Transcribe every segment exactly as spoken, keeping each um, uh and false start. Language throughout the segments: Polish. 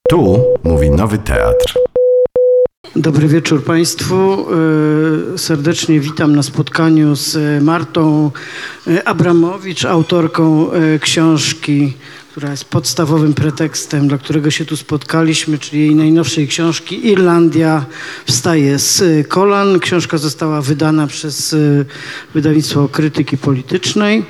Tu mówi Nowy Teatr. Dobry wieczór Państwu. Serdecznie witam na spotkaniu z Martą Abramowicz, autorką książki, która jest podstawowym pretekstem, dla którego się tu spotkaliśmy, czyli jej najnowszej książki Irlandia wstaje z kolan. Książka została wydana przez wydawnictwo Krytyki Politycznej.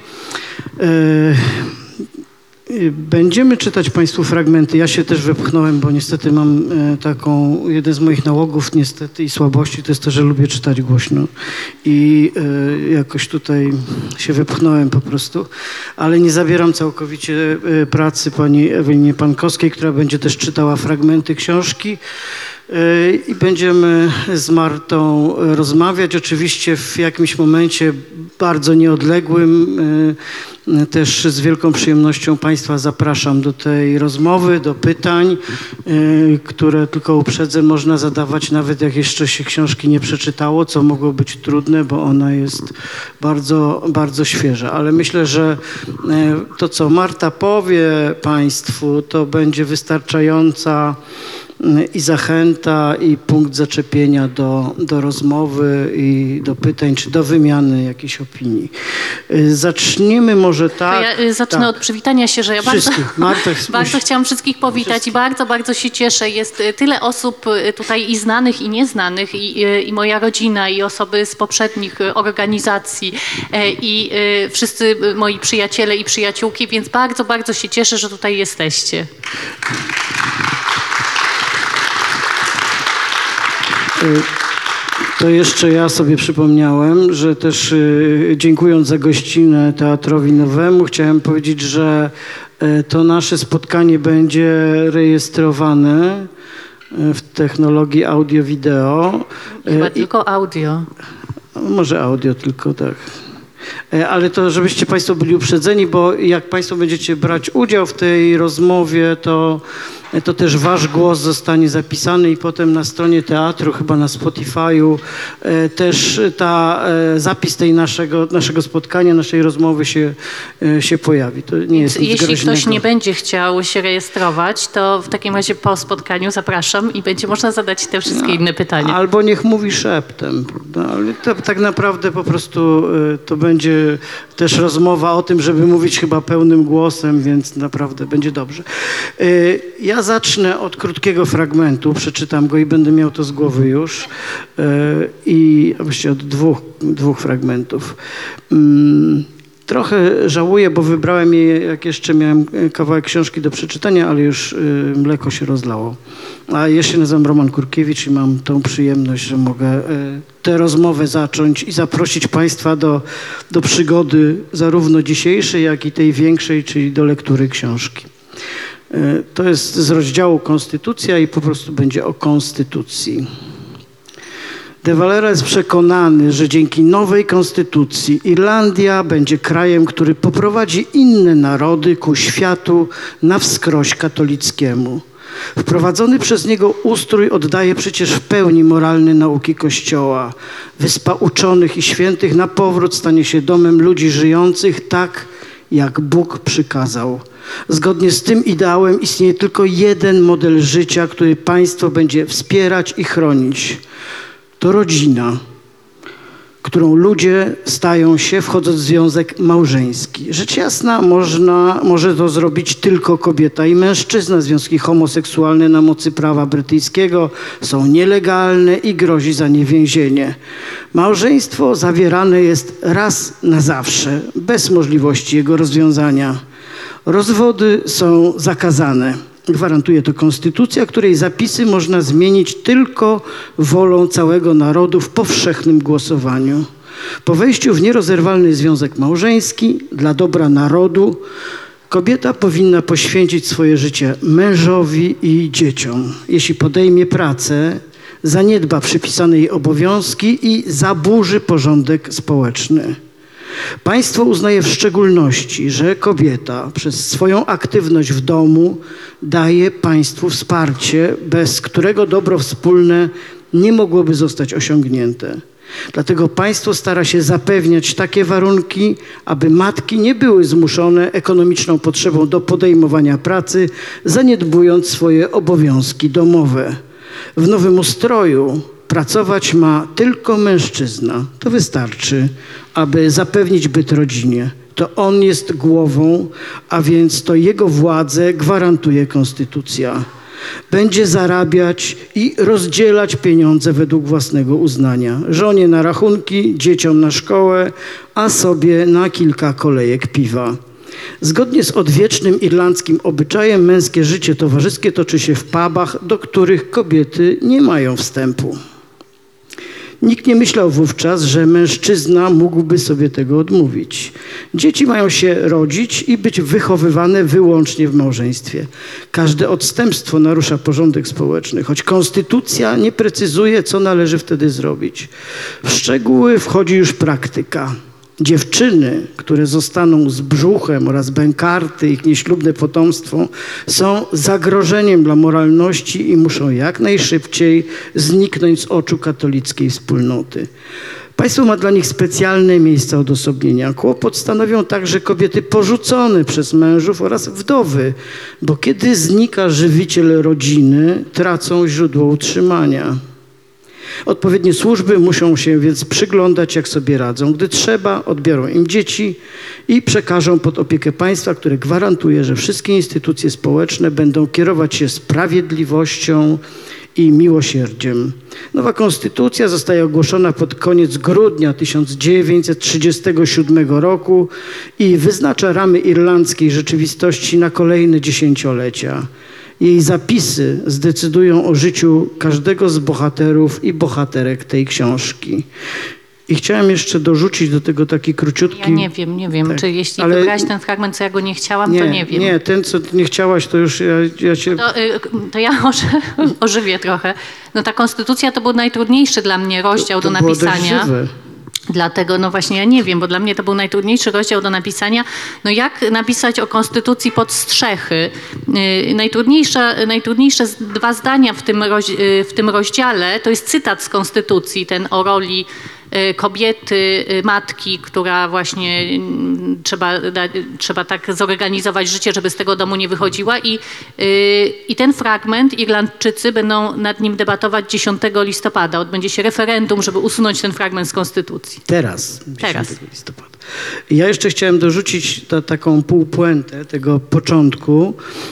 Będziemy czytać Państwu fragmenty. Ja się też wepchnąłem, bo niestety mam taką, jeden z moich nałogów niestety i słabości to jest to, że lubię czytać głośno i jakoś tutaj się wepchnąłem po prostu, ale nie zabieram całkowicie pracy pani Ewelinie Pankowskiej, która będzie też czytała fragmenty książki. I będziemy z Martą rozmawiać. Oczywiście w jakimś momencie bardzo nieodległym też z wielką przyjemnością Państwa zapraszam do tej rozmowy, do pytań, które tylko uprzedzę, można zadawać nawet jak jeszcze się książki nie przeczytało, co mogło być trudne, bo ona jest bardzo, bardzo świeża. Ale myślę, że to, co Marta powie Państwu, to będzie wystarczająca i zachęta, i punkt zaczepienia do, do rozmowy i do pytań, czy do wymiany jakiejś opinii. Zaczniemy może tak. To ja zacznę tak. od przywitania się, że ja bardzo, Marta, bardzo chciałam wszystkich powitać wszystkich. I bardzo, bardzo się cieszę. Jest tyle osób tutaj i znanych, i nieznanych, i, i moja rodzina, i osoby z poprzednich organizacji, i wszyscy moi przyjaciele i przyjaciółki, więc bardzo, bardzo się cieszę, że tutaj jesteście. To jeszcze ja sobie przypomniałem, że też y, dziękując za gościnę Teatrowi Nowemu, chciałem powiedzieć, że y, to nasze spotkanie będzie rejestrowane y, w technologii audio-wideo. Chyba y, tylko audio. Może audio tylko, tak. Ale to, żebyście Państwo byli uprzedzeni, bo jak Państwo będziecie brać udział w tej rozmowie, to, to też Wasz głos zostanie zapisany i potem na stronie teatru, chyba na Spotify'u, też ta zapis tej naszego, naszego spotkania, naszej rozmowy się, się pojawi. To nie jest nic Jeśli groźnego. ktoś nie będzie chciał się rejestrować, to w takim razie po spotkaniu zapraszam i będzie można zadać te wszystkie inne pytania. Albo niech mówi szeptem, prawda? Ale to, tak naprawdę po prostu to będzie też rozmowa o tym, żeby mówić chyba pełnym głosem, więc naprawdę będzie dobrze. Ja zacznę od krótkiego fragmentu, przeczytam go i będę miał to z głowy już. I właściwie od dwóch, dwóch fragmentów. Trochę żałuję, bo wybrałem je, jak jeszcze miałem kawałek książki do przeczytania, ale już y, mleko się rozlało. A ja się nazywam Roman Kurkiewicz i mam tą przyjemność, że mogę y, tę rozmowę zacząć i zaprosić Państwa do, do przygody zarówno dzisiejszej, jak i tej większej, czyli do lektury książki. Y, to jest z rozdziału Konstytucja i po prostu będzie o Konstytucji. De Valera jest przekonany, że dzięki nowej konstytucji Irlandia będzie krajem, który poprowadzi inne narody ku światu na wskroś katolickiemu. Wprowadzony przez niego ustrój oddaje przecież w pełni moralne nauki Kościoła. Wyspa uczonych i świętych na powrót stanie się domem ludzi żyjących tak, jak Bóg przykazał. Zgodnie z tym ideałem istnieje tylko jeden model życia, który państwo będzie wspierać i chronić. To rodzina, którą ludzie stają się, wchodząc w związek małżeński. Rzecz jasna, można, może to zrobić tylko kobieta i mężczyzna. Związki homoseksualne na mocy prawa brytyjskiego są nielegalne i grozi za nie więzienie. Małżeństwo zawierane jest raz na zawsze, bez możliwości jego rozwiązania. Rozwody są zakazane. Gwarantuje to konstytucja, której zapisy można zmienić tylko wolą całego narodu w powszechnym głosowaniu. Po wejściu w nierozerwalny związek małżeński dla dobra narodu kobieta powinna poświęcić swoje życie mężowi i dzieciom. Jeśli podejmie pracę, zaniedba przypisane jej obowiązki i zaburzy porządek społeczny. Państwo uznaje w szczególności, że kobieta przez swoją aktywność w domu daje państwu wsparcie, bez którego dobro wspólne nie mogłoby zostać osiągnięte. Dlatego państwo stara się zapewniać takie warunki, aby matki nie były zmuszone ekonomiczną potrzebą do podejmowania pracy, zaniedbując swoje obowiązki domowe. W nowym ustroju pracować ma tylko mężczyzna. To wystarczy, aby zapewnić byt rodzinie. To on jest głową, a więc to jego władzę gwarantuje konstytucja. Będzie zarabiać i rozdzielać pieniądze według własnego uznania. Żonie na rachunki, dzieciom na szkołę, a sobie na kilka kolejek piwa. Zgodnie z odwiecznym irlandzkim obyczajem męskie życie towarzyskie toczy się w pubach, do których kobiety nie mają wstępu. Nikt nie myślał wówczas, że mężczyzna mógłby sobie tego odmówić. Dzieci mają się rodzić i być wychowywane wyłącznie w małżeństwie. Każde odstępstwo narusza porządek społeczny, choć konstytucja nie precyzuje, co należy wtedy zrobić. W szczegóły wchodzi już praktyka. Dziewczyny, które zostaną z brzuchem oraz bękarty, ich nieślubne potomstwo, są zagrożeniem dla moralności i muszą jak najszybciej zniknąć z oczu katolickiej wspólnoty. Państwo ma dla nich specjalne miejsca odosobnienia. Kłopot stanowią także kobiety porzucone przez mężów oraz wdowy, bo kiedy znika żywiciel rodziny, tracą źródło utrzymania. Odpowiednie służby muszą się więc przyglądać, jak sobie radzą. Gdy trzeba, odbiorą im dzieci i przekażą pod opiekę państwa, które gwarantuje, że wszystkie instytucje społeczne będą kierować się sprawiedliwością i miłosierdziem. Nowa konstytucja zostaje ogłoszona pod koniec grudnia tysiąc dziewięćset trzydziestego siódmego roku i wyznacza ramy irlandzkiej rzeczywistości na kolejne dziesięciolecia. Jej zapisy zdecydują o życiu każdego z bohaterów i bohaterek tej książki. I chciałem jeszcze dorzucić do tego taki króciutki... Ja nie wiem, nie wiem, tak, czy jeśli ale... wybrałaś ten fragment, co ja go nie chciałam, nie, to nie wiem. Nie, ten, co nie chciałaś, to już ja, ja cię... To, y, to ja może ożywię trochę. No ta konstytucja to był najtrudniejszy dla mnie rozdział to, to do było dość napisania. żywe. Dlatego, no właśnie, ja nie wiem, bo dla mnie to był najtrudniejszy rozdział do napisania. No jak napisać o konstytucji pod strzechy? Yy, najtrudniejsze, najtrudniejsze dwa zdania w tym, roz, yy, w tym rozdziale to jest cytat z konstytucji, ten o roli yy, kobiety, yy, matki, która właśnie yy, trzeba, da, trzeba tak zorganizować życie, żeby z tego domu nie wychodziła. I, yy, i ten fragment Irlandczycy będą nad nim debatować dziesiątego listopada. Odbędzie się referendum, żeby usunąć ten fragment z konstytucji. Teraz, Teraz. dziesiątego listopada. Ja jeszcze chciałem dorzucić ta, taką półpuentę tego początku,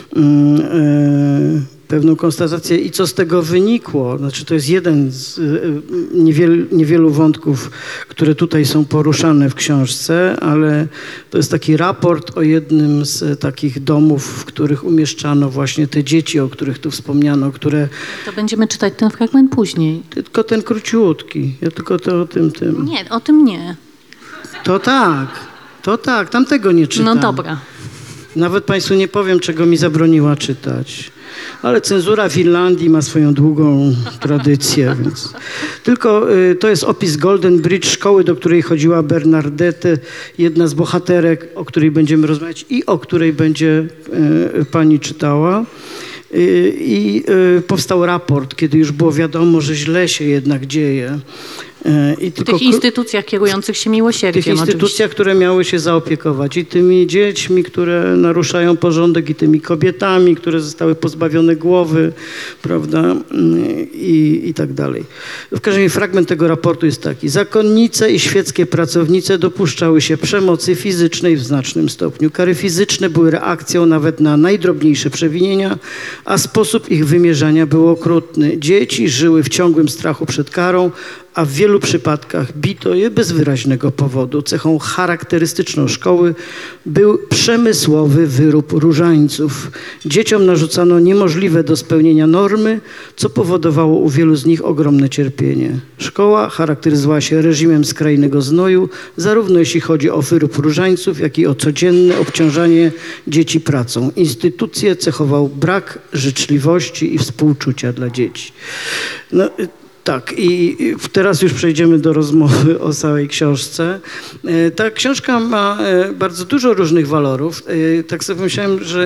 yy, pewną konstatację i co z tego wynikło. Znaczy to jest jeden z yy, niewielu, niewielu wątków, które tutaj są poruszane w książce, ale to jest taki raport o jednym z takich domów, w których umieszczano właśnie te dzieci, o których tu wspomniano, które... To będziemy czytać ten fragment później. Tylko ten króciutki, ja tylko to o tym, tym. Nie, o tym nie. To tak, to tak, tamtego nie czytam. No dobra. Nawet państwu nie powiem, czego mi zabroniła czytać. Ale cenzura w Irlandii ma swoją długą tradycję, więc... Tylko y, to jest opis Golden Bridge, szkoły, do której chodziła Bernadette, jedna z bohaterek, o której będziemy rozmawiać i o której będzie y, pani czytała. Y, I y, powstał raport, kiedy już było wiadomo, że źle się jednak dzieje. I W tylko tych instytucjach kierujących się miłosierdziem. W tych instytucjach, oczywiście. które miały się zaopiekować i tymi dziećmi, które naruszają porządek, i tymi kobietami, które zostały pozbawione głowy, prawda, i, i tak dalej. W każdym razie fragment tego raportu jest taki. Zakonnice i świeckie pracownice dopuszczały się przemocy fizycznej w znacznym stopniu. Kary fizyczne były reakcją nawet na najdrobniejsze przewinienia, a sposób ich wymierzania był okrutny. Dzieci żyły w ciągłym strachu przed karą, a w wielu przypadkach bito je bez wyraźnego powodu. Cechą charakterystyczną szkoły był przemysłowy wyrób różańców. Dzieciom narzucano niemożliwe do spełnienia normy, co powodowało u wielu z nich ogromne cierpienie. Szkoła charakteryzowała się reżimem skrajnego znoju, zarówno jeśli chodzi o wyrób różańców, jak i o codzienne obciążanie dzieci pracą. Instytucję cechował brak życzliwości i współczucia dla dzieci. No, tak, i teraz już przejdziemy do rozmowy o całej książce. Ta książka ma bardzo dużo różnych walorów. Tak sobie myślałem, że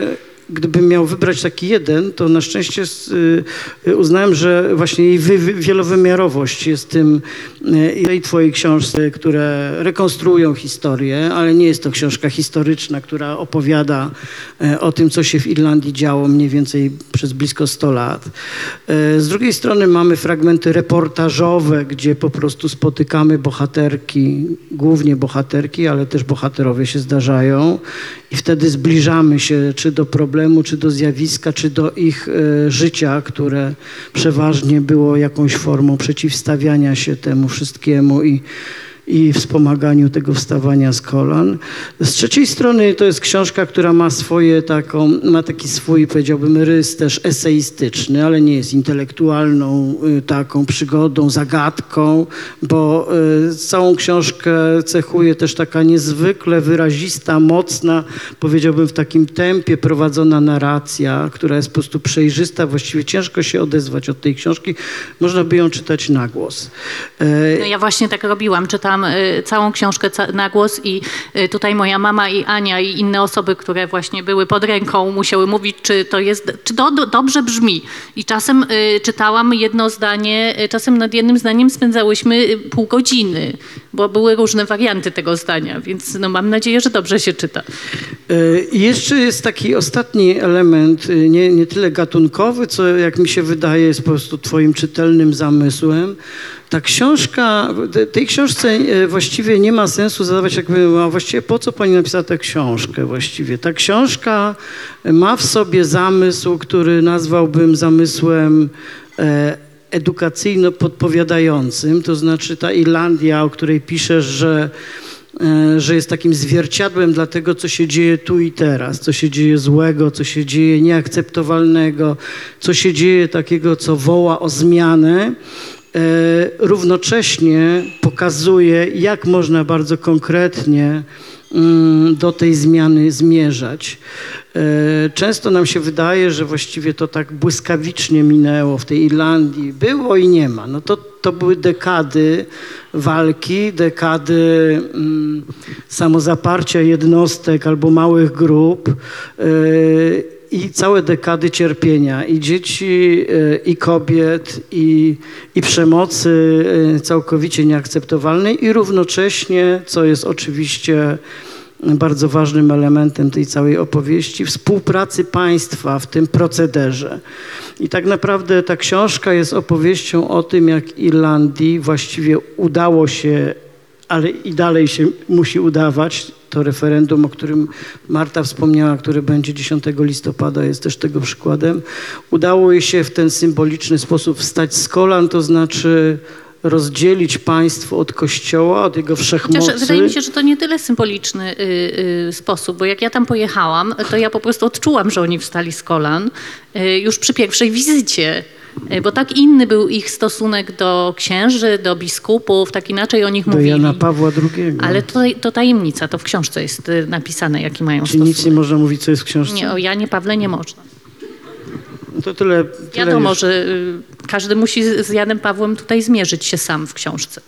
gdybym miał wybrać taki jeden, to na szczęście uznałem, że właśnie jej wy, wielowymiarowość jest tym i tej twojej książce, które rekonstruują historię, ale nie jest to książka historyczna, która opowiada o tym, co się w Irlandii działo mniej więcej przez blisko sto lat. Z drugiej strony mamy fragmenty reportażowe, gdzie po prostu spotykamy bohaterki, głównie bohaterki, ale też bohaterowie się zdarzają i wtedy zbliżamy się czy do problemu, czy do zjawiska, czy do ich e, życia, które przeważnie było jakąś formą przeciwstawiania się temu wszystkiemu i i wspomaganiu tego wstawania z kolan. Z trzeciej strony to jest książka, która ma swoje taką, ma taki swój, powiedziałbym, rys też eseistyczny, ale nie jest intelektualną y, taką przygodą, zagadką, bo y, całą książkę cechuje też taka niezwykle wyrazista, mocna, powiedziałbym w takim tempie prowadzona narracja, która jest po prostu przejrzysta, właściwie ciężko się odezwać od tej książki. Można by ją czytać na głos. No ja właśnie tak robiłam, czytałam całą książkę na głos i tutaj moja mama i Ania i inne osoby, które właśnie były pod ręką, musiały mówić, czy to jest, czy to do, dobrze brzmi. I czasem y, czytałam jedno zdanie, czasem nad jednym zdaniem spędzałyśmy pół godziny, bo były różne warianty tego zdania, więc no, mam nadzieję, że dobrze się czyta. I jeszcze jest taki ostatni element, nie, nie tyle gatunkowy, co jak mi się wydaje jest po prostu twoim czytelnym zamysłem. Ta książka, tej książce właściwie nie ma sensu zadawać, jakby, a właściwie po co pani napisała tę książkę właściwie? Ta książka ma w sobie zamysł, który nazwałbym zamysłem e, edukacyjno-podpowiadającym, to znaczy ta Irlandia, o której piszesz, że że jest takim zwierciadłem dla tego, co się dzieje tu i teraz, co się dzieje złego, co się dzieje nieakceptowalnego, co się dzieje takiego, co woła o zmianę, równocześnie pokazuje, jak można bardzo konkretnie do tej zmiany zmierzać. Często nam się wydaje, że właściwie to tak błyskawicznie minęło w tej Irlandii. Było i nie ma. No to, to były dekady walki, dekady mm, samozaparcia jednostek albo małych grup yy, i całe dekady cierpienia i dzieci, yy, i kobiet, i, i przemocy yy, całkowicie nieakceptowalnej i równocześnie, co jest oczywiście bardzo ważnym elementem tej całej opowieści, współpracy państwa w tym procederze. I tak naprawdę ta książka jest opowieścią o tym, jak Irlandii właściwie udało się, ale i dalej się musi udawać. To referendum, o którym Marta wspomniała, które będzie dziesiątego listopada, jest też tego przykładem. Udało jej się w ten symboliczny sposób wstać z kolan, to znaczy rozdzielić państwo od Kościoła, od jego wszechmocy. Chociaż wydaje mi się, że to nie tyle symboliczny y, y, sposób, bo jak ja tam pojechałam, to ja po prostu odczułam, że oni wstali z kolan y, już przy pierwszej wizycie. Y, bo tak inny był ich stosunek do księży, do biskupów, tak inaczej o nich do mówili. Do Jana Pawła drugiego. Ale to, to tajemnica, to w książce jest y, napisane, jaki mają Czyli stosunek. nic nie można mówić, co jest w książce? Nie, o Janie Pawle nie można. To tyle, tyle Wiadomo, już. że y, każdy musi z Janem Pawłem tutaj zmierzyć się sam w książce.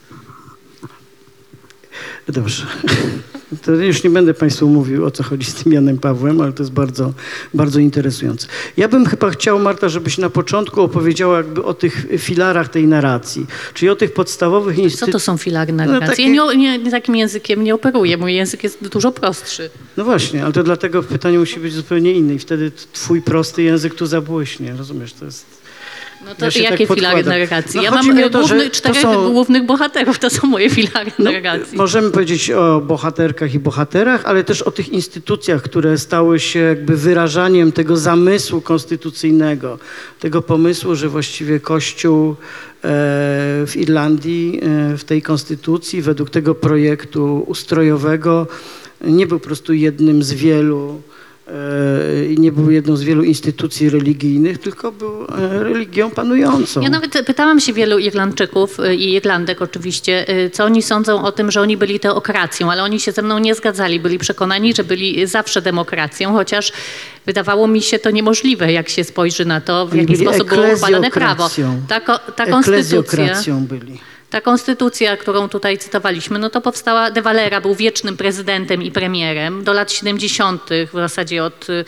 Dobrze. To już nie będę Państwu mówił, o co chodzi z tym Janem Pawłem, ale to jest bardzo, bardzo interesujące. Ja bym chyba chciał, Marta, żebyś na początku opowiedziała jakby o tych filarach tej narracji, czyli o tych podstawowych Co instytucjach. to są filary narracji? No, takie... Ja nie, nie, takim językiem nie operuję. Mój język jest dużo prostszy. No właśnie, ale to dlatego pytanie musi być zupełnie inne i wtedy twój prosty język tu zabłyśnie, rozumiesz? To jest... No to Ja się jakie tak filary podkładam. narracji? No Ja chodzi mam mi o to, główny, że to czterech są- głównych bohaterów, to są moje filary No, narracji. możemy powiedzieć o bohaterkach i bohaterach, ale też o tych instytucjach, które stały się jakby wyrażaniem tego zamysłu konstytucyjnego, tego pomysłu, że właściwie Kościół e, w Irlandii, e, w tej konstytucji, według tego projektu ustrojowego nie był po prostu jednym z wielu i nie był jedną z wielu instytucji religijnych, tylko był religią panującą. Ja nawet pytałam się wielu Irlandczyków y, i Irlandek oczywiście, y, co oni sądzą o tym, że oni byli teokracją, ale oni się ze mną nie zgadzali. Byli przekonani, że byli zawsze demokracją, chociaż wydawało mi się to niemożliwe, jak się spojrzy na to, w Oni jaki byli sposób było uchwalone prawo. eklezjokracją. Ta, ko, ta konstytucja... Eklezjokracją byli. Ta konstytucja, którą tutaj cytowaliśmy, no to powstała, De Valera był wiecznym prezydentem i premierem do lat siedemdziesiątych, w zasadzie od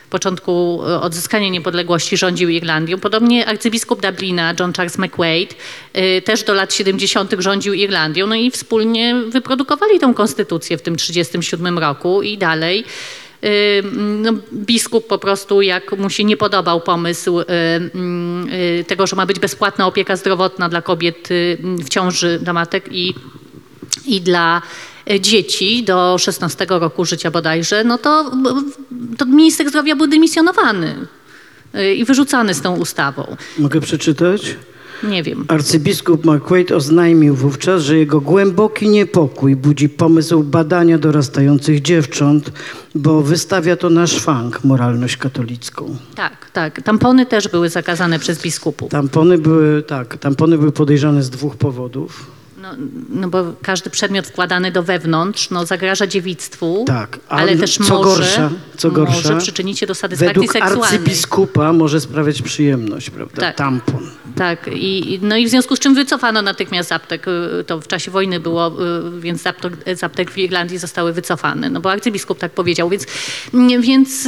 początku odzyskania niepodległości rządził Irlandią. Podobnie arcybiskup Dublina, John Charles McQuaid, też do lat siedemdziesiątych rządził Irlandią, no i wspólnie wyprodukowali tą konstytucję w tym trzydziestym siódmym roku i dalej. No, biskup po prostu, jak mu się nie podobał pomysł tego, że ma być bezpłatna opieka zdrowotna dla kobiet w ciąży, dla matek i, i dla dzieci do szesnastego roku życia bodajże, no to, to minister zdrowia był dymisjonowany i wyrzucany z tą ustawą. Mogę przeczytać? Nie wiem. Arcybiskup McQuaid oznajmił wówczas, że jego głęboki niepokój budzi pomysł badania dorastających dziewcząt, bo wystawia to na szwank moralność katolicką. Tak, tak. Tampony też były zakazane przez biskupów. Tampony były, tak, tampony były podejrzane z dwóch powodów. No, no bo każdy przedmiot wkładany do wewnątrz no, zagraża dziewictwu, Tak, ale też co może, gorsza, co gorsza, może przyczynić się do satysfakcji według seksualnej. arcybiskupa może sprawiać przyjemność, prawda? Tak. Tampon. Tak, i, no i w związku z czym wycofano natychmiast z aptek. To w czasie wojny było, więc z aptek, z aptek w Irlandii zostały wycofane, no bo arcybiskup tak powiedział, więc, więc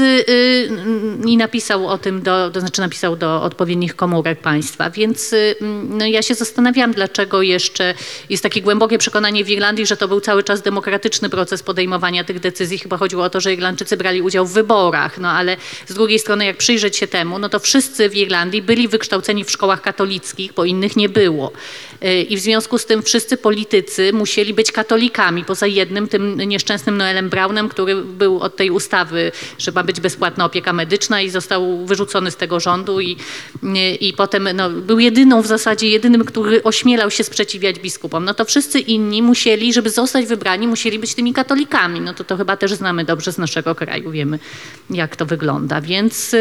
i napisał o tym, do, to znaczy napisał do odpowiednich komórek państwa, więc no ja się zastanawiałam, dlaczego jeszcze jest takie głębokie przekonanie w Irlandii, że to był cały czas demokratyczny proces podejmowania tych decyzji. Chyba chodziło o to, że Irlandczycy brali udział w wyborach, no ale z drugiej strony jak przyjrzeć się temu, no to wszyscy w Irlandii byli wykształceni w szkołach katolickich, bo innych nie było. I w związku z tym wszyscy politycy musieli być katolikami, poza jednym, tym nieszczęsnym Noelem Brownem, który był od tej ustawy, że ma być bezpłatna opieka medyczna i został wyrzucony z tego rządu i, i potem no, był jedyną w zasadzie, jedynym, który ośmielał się sprzeciwiać biskupom. No to wszyscy inni musieli, żeby zostać wybrani, musieli być tymi katolikami. No to to chyba też znamy dobrze z naszego kraju, wiemy jak to wygląda. Więc,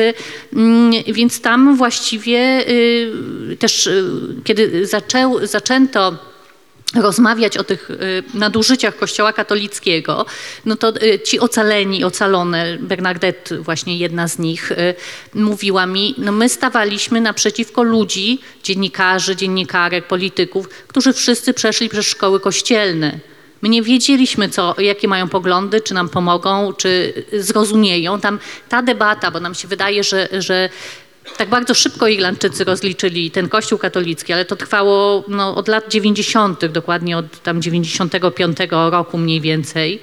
więc tam właściwie też kiedy zaczęł, zaczęto rozmawiać o tych nadużyciach Kościoła katolickiego, no to ci ocaleni, ocalone, Bernadette właśnie jedna z nich mówiła mi, no my stawaliśmy naprzeciwko ludzi, dziennikarzy, dziennikarek, polityków, którzy wszyscy przeszli przez szkoły kościelne. My nie wiedzieliśmy, co, jakie mają poglądy, czy nam pomogą, czy zrozumieją. Tam ta debata, bo nam się wydaje, że, że tak bardzo szybko Irlandczycy rozliczyli ten Kościół katolicki, ale to trwało no, od lat dziewięćdziesiątych, dokładnie od tam dziewięćdziesiątego piątego roku mniej więcej.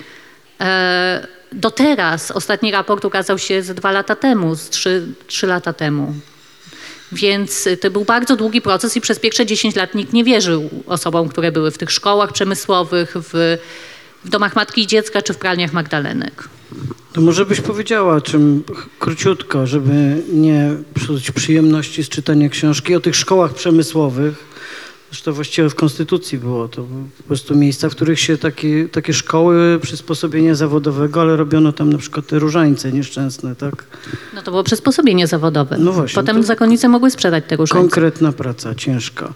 E, do teraz, ostatni raport ukazał się z dwa lata temu, z trzy, trzy lata temu. Więc to był bardzo długi proces i przez pierwsze dziesięć lat nikt nie wierzył osobom, które były w tych szkołach przemysłowych, w, w domach matki i dziecka czy w pralniach Magdalenek. To może byś powiedziała czym króciutko, żeby nie psuć przyjemności z czytania książki o tych szkołach przemysłowych. Zresztą właściwie w Konstytucji było to po prostu miejsca, w których się takie, takie szkoły przysposobienia zawodowego, ale robiono tam na przykład te różańce nieszczęsne, tak? No to było przysposobienie zawodowe. No właśnie. Potem zakonnice mogły sprzedać te różańce. Konkretna praca, ciężka.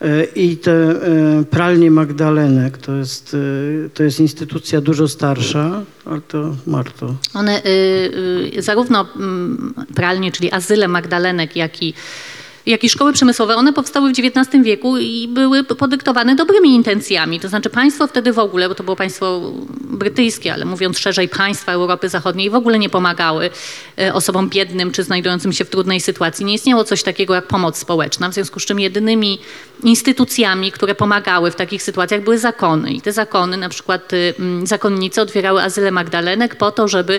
I te pralnie Magdalenek to jest, to jest instytucja dużo starsza, ale to Marto. One y, y, zarówno y, pralnie, czyli azyle Magdalenek, jak i jak i szkoły przemysłowe, one powstały w dziewiętnastym wieku i były podyktowane dobrymi intencjami. To znaczy państwo wtedy w ogóle, bo to było państwo brytyjskie, ale mówiąc szerzej, państwa Europy Zachodniej w ogóle nie pomagały osobom biednym czy znajdującym się w trudnej sytuacji. Nie istniało coś takiego jak pomoc społeczna, w związku z czym jedynymi instytucjami, które pomagały w takich sytuacjach były zakony. I te zakony, na przykład zakonnice otwierały azyle Magdalenek po to, żeby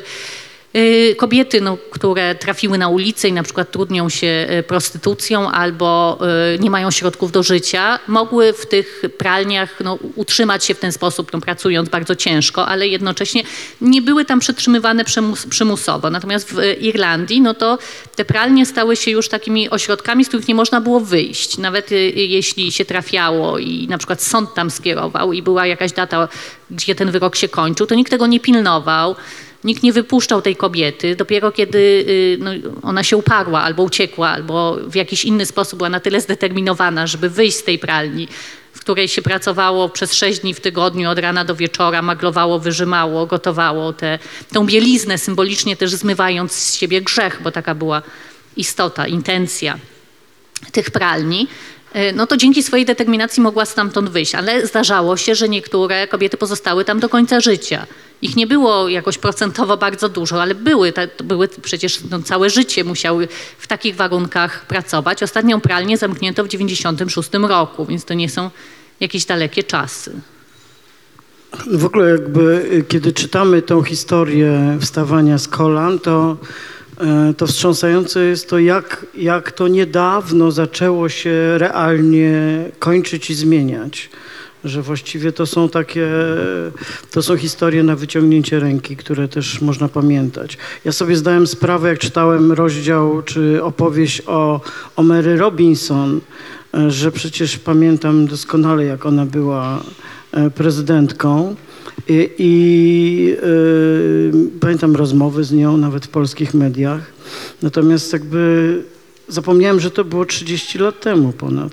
kobiety, no, które trafiły na ulicę i na przykład trudnią się prostytucją albo nie mają środków do życia, mogły w tych pralniach no, utrzymać się w ten sposób, no, pracując bardzo ciężko, ale jednocześnie nie były tam przetrzymywane przymus, przymusowo. Natomiast w Irlandii, no to te pralnie stały się już takimi ośrodkami, z których nie można było wyjść. Nawet jeśli się trafiało i na przykład sąd tam skierował i była jakaś data, gdzie ten wyrok się kończył, to nikt tego nie pilnował. Nikt nie wypuszczał tej kobiety. Dopiero kiedy no, ona się uparła albo uciekła, albo w jakiś inny sposób była na tyle zdeterminowana, żeby wyjść z tej pralni, w której się pracowało przez sześć dni w tygodniu od rana do wieczora, maglowało, wyżymało, gotowało tę tą bieliznę, symbolicznie też zmywając z siebie grzech, bo taka była istota, intencja. tych pralni, no to dzięki swojej determinacji mogła stamtąd wyjść, ale zdarzało się, że niektóre kobiety pozostały tam do końca życia. Ich nie było jakoś procentowo bardzo dużo, ale były, były przecież no, całe życie musiały w takich warunkach pracować. Ostatnią pralnię zamknięto w dziewięćdziesiątym szóstym roku, więc to nie są jakieś dalekie czasy. W ogóle jakby, kiedy czytamy tą historię wstawania z kolan, to, to wstrząsające jest to, jak, jak to niedawno zaczęło się realnie kończyć i zmieniać. Że właściwie to są takie, to są historie na wyciągnięcie ręki, które też można pamiętać. Ja sobie zdałem sprawę, jak czytałem rozdział czy opowieść o, o Mary Robinson, że przecież pamiętam doskonale, jak ona była prezydentką i, i yy, pamiętam rozmowy z nią nawet w polskich mediach. Natomiast jakby zapomniałem, że to było trzydzieści lat temu ponad.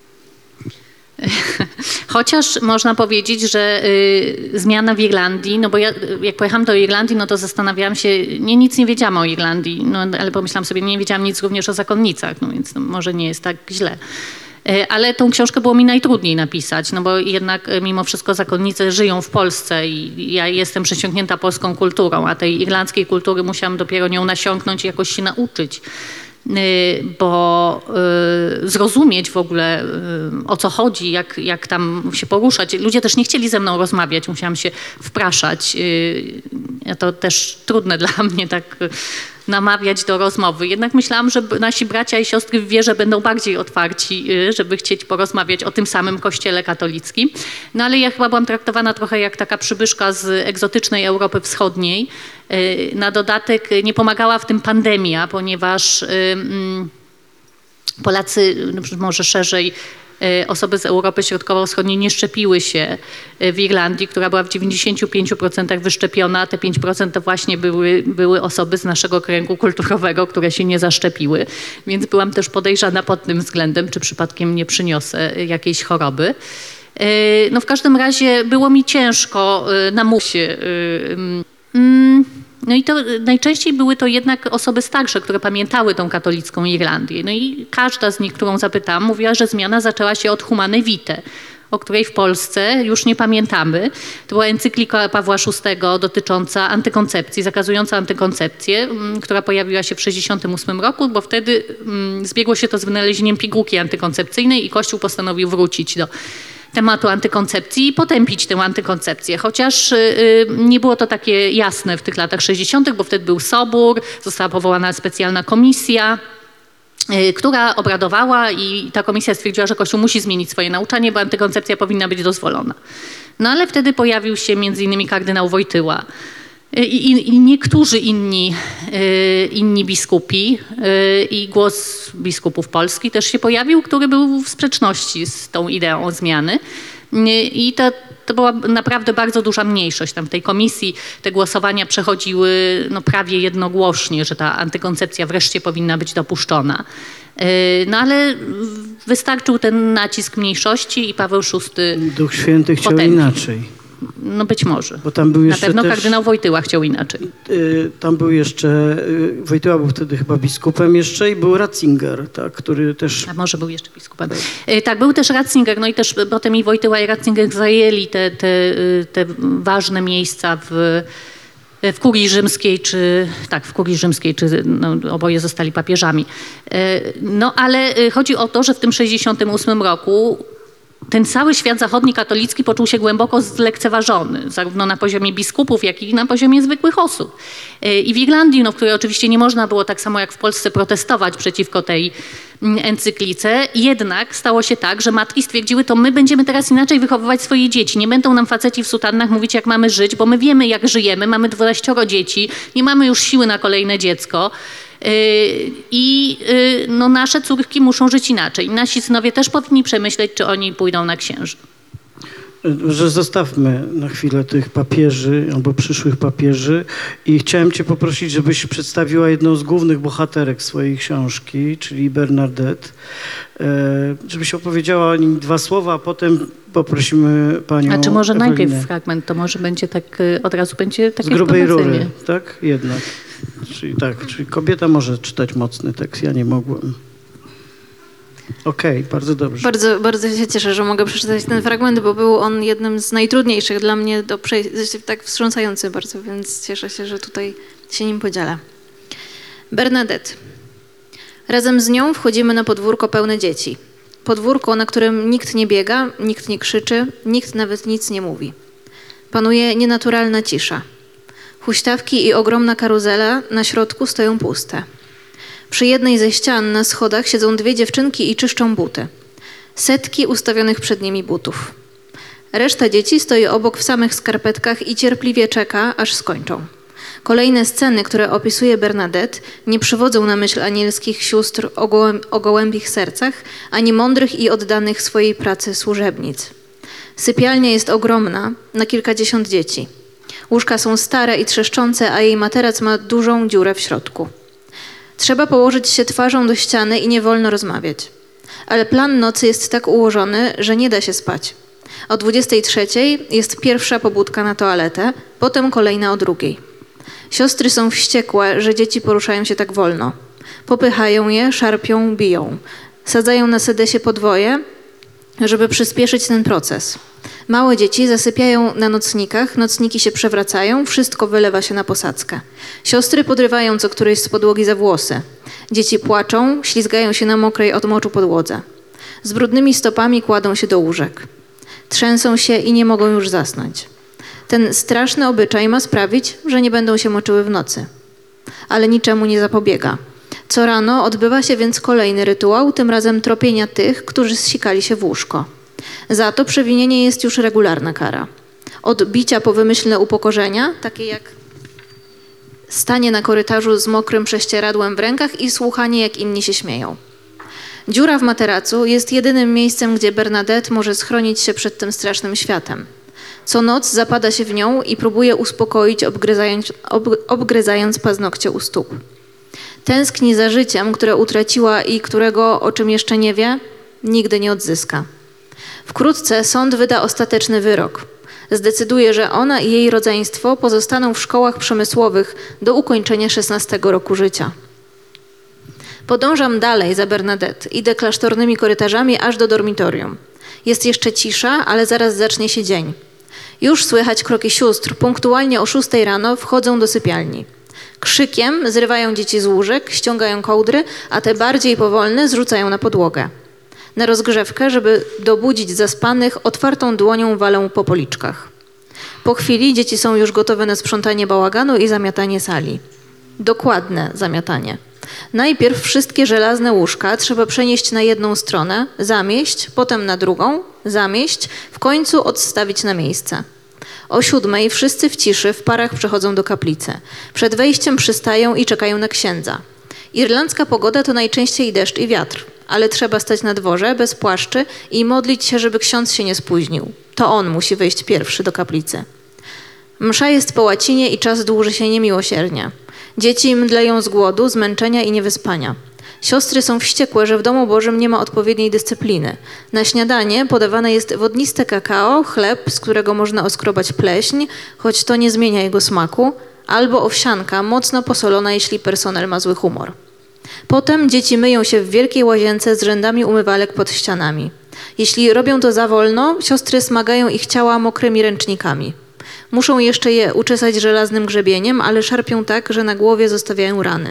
Chociaż można powiedzieć, że y, zmiana w Irlandii, no bo ja jak pojechałam do Irlandii, no to zastanawiałam się, nie, nic nie wiedziałam o Irlandii, no ale pomyślałam sobie, nie wiedziałam nic również o zakonnicach, no więc no, może nie jest tak źle. Ale tą książkę było mi najtrudniej napisać, no bo jednak mimo wszystko zakonnice żyją w Polsce i ja jestem przesiąknięta polską kulturą, a tej irlandzkiej kultury musiałam dopiero nią nasiąknąć i jakoś się nauczyć, bo zrozumieć w ogóle o co chodzi, jak, jak tam się poruszać. Ludzie też nie chcieli ze mną rozmawiać, musiałam się wpraszać. To też trudne dla mnie tak namawiać do rozmowy. Jednak myślałam, że nasi bracia i siostry w wierze będą bardziej otwarci, żeby chcieć porozmawiać o tym samym kościele katolickim. No ale ja chyba byłam traktowana trochę jak taka przybyszka z egzotycznej Europy Wschodniej. Na dodatek nie pomagała w tym pandemia, ponieważ Polacy, może szerzej, osoby z Europy Środkowo-Wschodniej nie szczepiły się w Irlandii, która była w dziewięćdziesięciu pięciu procentach wyszczepiona. Te pięć procent to właśnie były, były osoby z naszego kręgu kulturowego, które się nie zaszczepiły. Więc byłam też podejrzana pod tym względem, czy przypadkiem nie przyniosę jakiejś choroby. No w każdym razie było mi ciężko namówić się. No i to najczęściej były to jednak osoby starsze, które pamiętały tą katolicką Irlandię. No i każda z nich, którą zapytałam, mówiła, że zmiana zaczęła się od Humanae Vitae, o której w Polsce już nie pamiętamy. To była encyklika Pawła szóstego dotycząca antykoncepcji, zakazująca antykoncepcję, która pojawiła się w sześćdziesiątym ósmym roku, bo wtedy zbiegło się to z wynalezieniem pigułki antykoncepcyjnej i Kościół postanowił wrócić do tematu antykoncepcji i potępić tę antykoncepcję. Chociaż y, nie było to takie jasne w tych latach sześćdziesiątych, bo wtedy był Sobór, została powołana specjalna komisja, y, która obradowała i ta komisja stwierdziła, że Kościół musi zmienić swoje nauczanie, bo antykoncepcja powinna być dozwolona. No ale wtedy pojawił się między innymi kardynał Wojtyła i, i, i niektórzy inni, y, inni biskupi y, i głos biskupów Polski też się pojawił, który był w sprzeczności z tą ideą zmiany. Y, I to, to była naprawdę bardzo duża mniejszość. Tam w tej komisji te głosowania przechodziły no, prawie jednogłośnie, że ta antykoncepcja wreszcie powinna być dopuszczona. Y, no ale wystarczył ten nacisk mniejszości i Paweł szósty Duch Święty chciał potępił. Inaczej. No być może. Bo tam był jeszcze Na pewno też, kardynał Wojtyła chciał inaczej. Y, tam był jeszcze, y, Wojtyła był wtedy chyba biskupem jeszcze i był Ratzinger, tak, który też... A może był jeszcze biskupem. Y, tak, był też Ratzinger, no i też potem i Wojtyła i Ratzinger zajęli te, te, te ważne miejsca w, w kurii rzymskiej, czy tak, w kurii rzymskiej, czy no, oboje zostali papieżami. Y, no ale chodzi o to, że w tym sześćdziesiątym ósmym roku ten cały świat zachodni katolicki poczuł się głęboko zlekceważony, zarówno na poziomie biskupów, jak i na poziomie zwykłych osób. I w Irlandii, no, w której oczywiście nie można było tak samo jak w Polsce protestować przeciwko tej encyklice, jednak stało się tak, że matki stwierdziły, to my będziemy teraz inaczej wychowywać swoje dzieci. Nie będą nam faceci w sutannach mówić, jak mamy żyć, bo my wiemy, jak żyjemy, mamy dwudziestoro dzieci, nie mamy już siły na kolejne dziecko. I no, nasze córki muszą żyć inaczej. Nasi synowie też powinni przemyśleć, czy oni pójdą na księży. Że zostawmy na chwilę tych papieży albo przyszłych papieży i chciałem cię poprosić, żebyś przedstawiła jedną z głównych bohaterek swojej książki, czyli Bernadette. Żebyś opowiedziała o nim dwa słowa, a potem poprosimy panią A czy może Ewelinę. najpierw fragment, to może będzie tak, od razu będzie takie z grubej wprowadzenie. rury, tak? Jednak. Czyli tak, czyli kobieta może czytać mocny tekst, ja nie mogłem. Okej, bardzo dobrze. Bardzo, bardzo się cieszę, że mogę przeczytać ten fragment, bo był on jednym z najtrudniejszych dla mnie do przejścia, tak wstrząsający bardzo, więc cieszę się, że tutaj się nim podzielę. Bernadette. Razem z nią wchodzimy na podwórko pełne dzieci. Podwórko, na którym nikt nie biega, nikt nie krzyczy, nikt nawet nic nie mówi. Panuje nienaturalna cisza. Huśtawki i ogromna karuzela na środku stoją puste. Przy jednej ze ścian na schodach siedzą dwie dziewczynki i czyszczą buty. Setki ustawionych przed nimi butów. Reszta dzieci stoi obok w samych skarpetkach i cierpliwie czeka, aż skończą. Kolejne sceny, które opisuje Bernadette, nie przywodzą na myśl anielskich sióstr o, gołęb, o gołębich sercach, ani mądrych i oddanych swojej pracy służebnic. Sypialnia jest ogromna, na kilkadziesiąt dzieci. Łóżka są stare i trzeszczące, a jej materac ma dużą dziurę w środku. Trzeba położyć się twarzą do ściany i nie wolno rozmawiać. Ale plan nocy jest tak ułożony, że nie da się spać. O dwudziestej trzeciej jest pierwsza pobudka na toaletę, potem kolejna o drugiej. Siostry są wściekłe, że dzieci poruszają się tak wolno. Popychają je, szarpią, biją. Sadzają na sedesie podwoje, żeby przyspieszyć ten proces. Małe dzieci zasypiają na nocnikach, nocniki się przewracają, wszystko wylewa się na posadzkę. Siostry podrywają co którejś z podłogi za włosy. Dzieci płaczą, ślizgają się na mokrej od moczu podłodze. Z brudnymi stopami kładą się do łóżek. Trzęsą się i nie mogą już zasnąć. Ten straszny obyczaj ma sprawić, że nie będą się moczyły w nocy. Ale niczemu nie zapobiega. Co rano odbywa się więc kolejny rytuał, tym razem tropienia tych, którzy zsikali się w łóżko. Za to przewinienie jest już regularna kara. Od bicia po wymyślne upokorzenia, takie jak stanie na korytarzu z mokrym prześcieradłem w rękach i słuchanie, jak inni się śmieją. Dziura w materacu jest jedynym miejscem, gdzie Bernadette może schronić się przed tym strasznym światem. Co noc zapada się w nią i próbuje uspokoić, obgryzając, ob, obgryzając paznokcie u stóp. Tęskni za życiem, które utraciła i którego, o czym jeszcze nie wie, nigdy nie odzyska. Wkrótce sąd wyda ostateczny wyrok. Zdecyduje, że ona i jej rodzeństwo pozostaną w szkołach przemysłowych do ukończenia szesnastego roku życia. Podążam dalej za Bernadette. Idę klasztornymi korytarzami aż do dormitorium. Jest jeszcze cisza, ale zaraz zacznie się dzień. Już słychać kroki sióstr. Punktualnie o szóstej rano wchodzą do sypialni. Krzykiem zrywają dzieci z łóżek, ściągają kołdry, a te bardziej powolne zrzucają na podłogę. Na rozgrzewkę, żeby dobudzić zaspanych, otwartą dłonią walą po policzkach. Po chwili dzieci są już gotowe na sprzątanie bałaganu i zamiatanie sali. Dokładne zamiatanie. Najpierw wszystkie żelazne łóżka trzeba przenieść na jedną stronę, zamieść, potem na drugą, zamieść, w końcu odstawić na miejsce. O siódmej wszyscy w ciszy w parach przechodzą do kaplicy. Przed wejściem przystają i czekają na księdza. Irlandzka pogoda to najczęściej deszcz i wiatr, ale trzeba stać na dworze bez płaszczy i modlić się, żeby ksiądz się nie spóźnił. To on musi wejść pierwszy do kaplicy. Msza jest po łacinie i czas dłuży się niemiłosiernie. Dzieci mdleją z głodu, zmęczenia i niewyspania. Siostry są wściekłe, że w domu Bożym nie ma odpowiedniej dyscypliny. Na śniadanie podawane jest wodniste kakao, chleb, z którego można oskrobać pleśń, choć to nie zmienia jego smaku, albo owsianka, mocno posolona, jeśli personel ma zły humor. Potem dzieci myją się w wielkiej łazience z rzędami umywalek pod ścianami. Jeśli robią to za wolno, siostry smagają ich ciała mokrymi ręcznikami. Muszą jeszcze je uczesać żelaznym grzebieniem, ale szarpią tak, że na głowie zostawiają rany.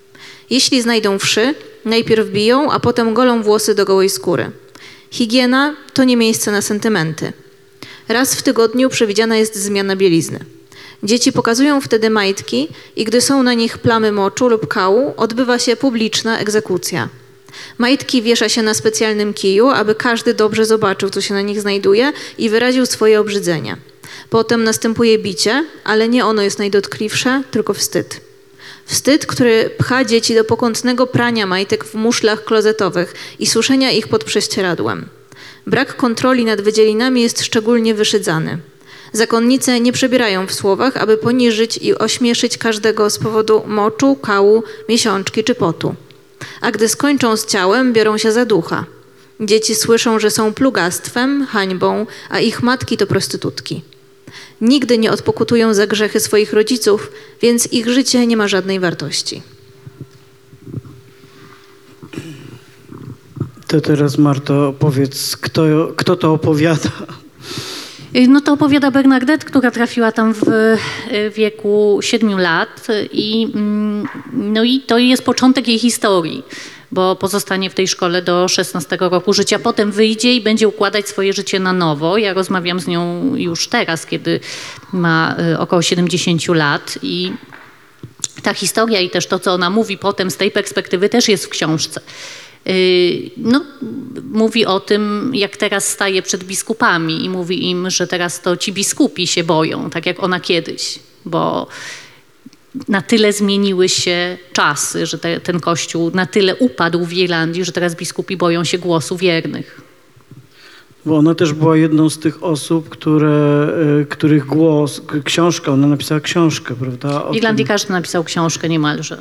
Jeśli znajdą wszy, najpierw biją, a potem golą włosy do gołej skóry. Higiena to nie miejsce na sentymenty. Raz w tygodniu przewidziana jest zmiana bielizny. Dzieci pokazują wtedy majtki i gdy są na nich plamy moczu lub kału, odbywa się publiczna egzekucja. Majtki wiesza się na specjalnym kiju, aby każdy dobrze zobaczył, co się na nich znajduje i wyraził swoje obrzydzenie. Potem następuje bicie, ale nie ono jest najdotkliwsze, tylko wstyd. Wstyd, który pcha dzieci do pokątnego prania majtek w muszlach klozetowych i suszenia ich pod prześcieradłem. Brak kontroli nad wydzielinami jest szczególnie wyszydzany. Zakonnice nie przebierają w słowach, aby poniżyć i ośmieszyć każdego z powodu moczu, kału, miesiączki czy potu. A gdy skończą z ciałem, biorą się za ducha. Dzieci słyszą, że są plugastwem, hańbą, a ich matki to prostytutki. Nigdy nie odpokutują za grzechy swoich rodziców, więc ich życie nie ma żadnej wartości. To teraz, Marto, powiedz, kto, kto to opowiada? No to opowiada Bernadette, która trafiła tam w wieku siedmiu lat i, no i to jest początek jej historii, bo pozostanie w tej szkole do szesnastego roku życia. Potem wyjdzie i będzie układać swoje życie na nowo. Ja rozmawiam z nią już teraz, kiedy ma około siedemdziesięciu lat i ta historia i też to, co ona mówi potem z tej perspektywy też jest w książce. No, mówi o tym, jak teraz staje przed biskupami i mówi im, że teraz to ci biskupi się boją, tak jak ona kiedyś, bo na tyle zmieniły się czasy, że te, ten kościół na tyle upadł w Irlandii, że teraz biskupi boją się głosu wiernych. Bo ona też była jedną z tych osób, które, których głos, książka, ona napisała książkę, prawda? W Irlandii każdy napisał książkę niemalże.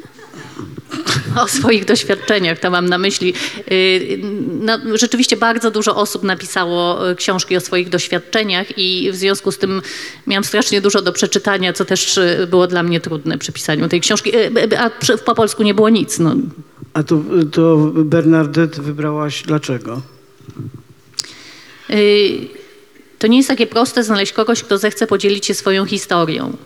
O swoich doświadczeniach, to mam na myśli. No, rzeczywiście bardzo dużo osób napisało książki o swoich doświadczeniach i w związku z tym miałam strasznie dużo do przeczytania, co też było dla mnie trudne przy pisaniu tej książki, a po polsku nie było nic. No. A to, to Bernadette wybrałaś dlaczego? To nie jest takie proste znaleźć kogoś, kto zechce podzielić się swoją historią.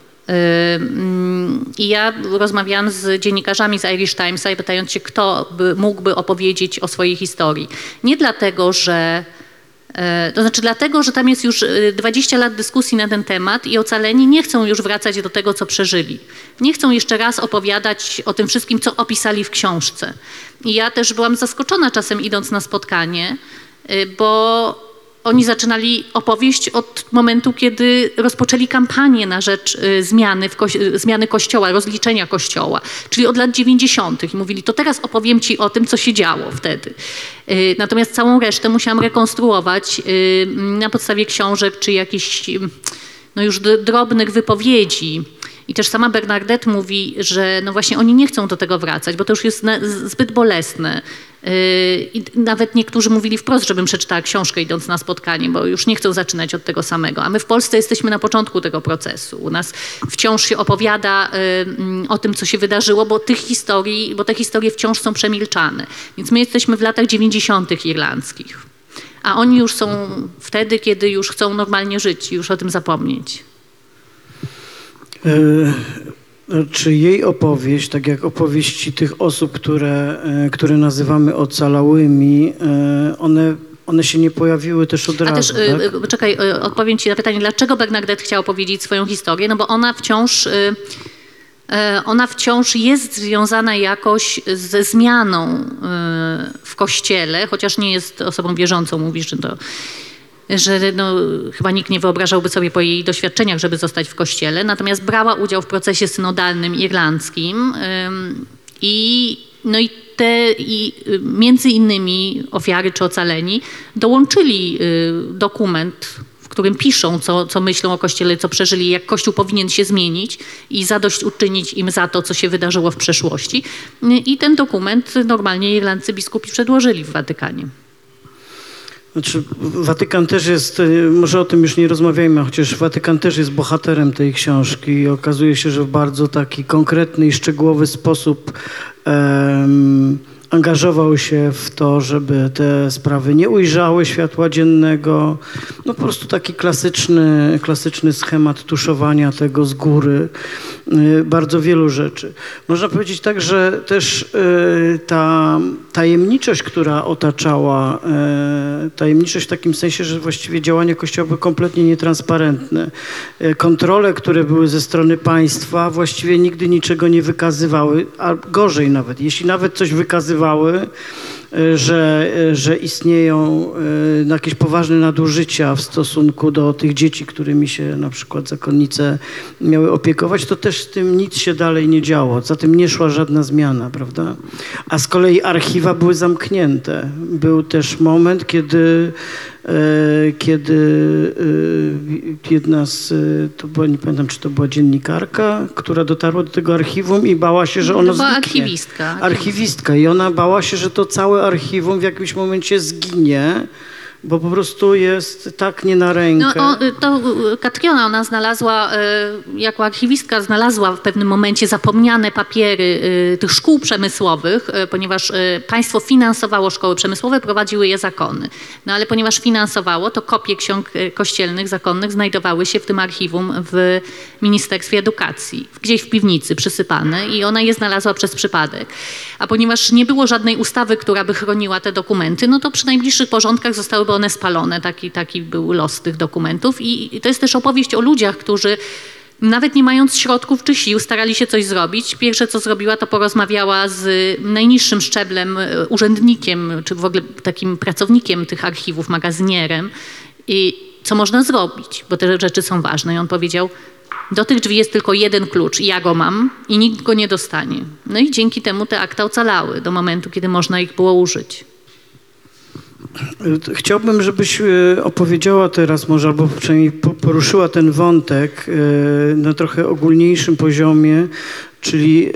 I ja rozmawiałam z dziennikarzami z Irish Timesa i pytając się, kto by, mógłby opowiedzieć o swojej historii. Nie dlatego, że to znaczy dlatego, że tam jest już dwadzieścia lat dyskusji na ten temat i ocaleni nie chcą już wracać do tego, co przeżyli. Nie chcą jeszcze raz opowiadać o tym wszystkim, co opisali w książce. I ja też byłam zaskoczona czasem idąc na spotkanie, bo oni zaczynali opowieść od momentu, kiedy rozpoczęli kampanię na rzecz y, zmiany, w kości zmiany kościoła, rozliczenia kościoła, czyli od lat dziewięćdziesiątych. I mówili, to teraz opowiem ci o tym, co się działo wtedy. Y, natomiast całą resztę musiałam rekonstruować y, na podstawie książek czy jakichś y, no już drobnych wypowiedzi. I też sama Bernadette mówi, że no właśnie oni nie chcą do tego wracać, bo to już jest na, zbyt bolesne. Yy, I nawet niektórzy mówili wprost, żebym przeczytała książkę idąc na spotkanie, bo już nie chcą zaczynać od tego samego. A my w Polsce jesteśmy na początku tego procesu. U nas wciąż się opowiada yy, o tym, co się wydarzyło, bo tych historii, bo te historie wciąż są przemilczane. Więc my jesteśmy w latach dziewięćdziesiątych irlandzkich. A oni już są wtedy, kiedy już chcą normalnie żyć i już o tym zapomnieć. Czy jej opowieść, tak jak opowieści tych osób, które, które nazywamy ocalałymi, one, one się nie pojawiły też od A razu, też, tak? czekaj, odpowiem ci na pytanie, dlaczego Bernadette chciała powiedzieć swoją historię? No bo ona wciąż, ona wciąż jest związana jakoś ze zmianą w Kościele, chociaż nie jest osobą wierzącą, mówisz, że to... że no, chyba nikt nie wyobrażałby sobie po jej doświadczeniach, żeby zostać w kościele. Natomiast brała udział w procesie synodalnym irlandzkim ym, i, no i te i między innymi ofiary czy ocaleni dołączyli y, dokument, w którym piszą, co, co myślą o Kościele, co przeżyli, jak Kościół powinien się zmienić i zadośćuczynić im za to, co się wydarzyło w przeszłości. I ten dokument normalnie irlandzcy biskupi przedłożyli w Watykanie. Znaczy, Watykan też jest, może o tym już nie rozmawiajmy, chociaż Watykan też jest bohaterem tej książki i okazuje się, że w bardzo taki konkretny i szczegółowy sposób um, angażował się w to, żeby te sprawy nie ujrzały światła dziennego. No po prostu taki klasyczny, klasyczny schemat tuszowania tego z góry. Bardzo wielu rzeczy. Można powiedzieć tak, że też ta tajemniczość, która otaczała, tajemniczość w takim sensie, że właściwie działania Kościoła były kompletnie nietransparentne. Kontrole, które były ze strony państwa, właściwie nigdy niczego nie wykazywały, a gorzej nawet, jeśli nawet coś wykazywały, że, że istnieją jakieś poważne nadużycia w stosunku do tych dzieci, którymi się na przykład zakonnice miały opiekować, to też z tym nic się dalej nie działo. Za tym nie szła żadna zmiana, prawda? A z kolei archiwa były zamknięte. Był też moment, kiedy kiedy jedna z, to była, nie pamiętam, czy to była dziennikarka, która dotarła do tego archiwum i bała się, że ono to była zniknie. archiwistka. Archiwistka. I ona bała się, że to całe archiwum w jakimś momencie zginie, bo po prostu jest tak nie na rękę. No, o, to Katriona, ona znalazła, jako archiwistka znalazła w pewnym momencie zapomniane papiery tych szkół przemysłowych, ponieważ państwo finansowało szkoły przemysłowe, prowadziły je zakony. No ale ponieważ finansowało, to kopie ksiąg kościelnych, zakonnych znajdowały się w tym archiwum w Ministerstwie Edukacji, gdzieś w piwnicy przysypane i ona je znalazła przez przypadek. A ponieważ nie było żadnej ustawy, która by chroniła te dokumenty, no to przy najbliższych porządkach zostałyby one spalone. Taki, taki był los tych dokumentów. I, I to jest też opowieść o ludziach, którzy nawet nie mając środków czy sił starali się coś zrobić. Pierwsze, co zrobiła, to porozmawiała z najniższym szczeblem, urzędnikiem, czy w ogóle takim pracownikiem tych archiwów, magazynierem. I co można zrobić, bo te rzeczy są ważne. I on powiedział, do tych drzwi jest tylko jeden klucz i ja go mam i nikt go nie dostanie. No i dzięki temu te akta ocalały do momentu, kiedy można ich było użyć. Chciałbym, żebyś opowiedziała teraz może, albo przynajmniej poruszyła ten wątek na trochę ogólniejszym poziomie, czyli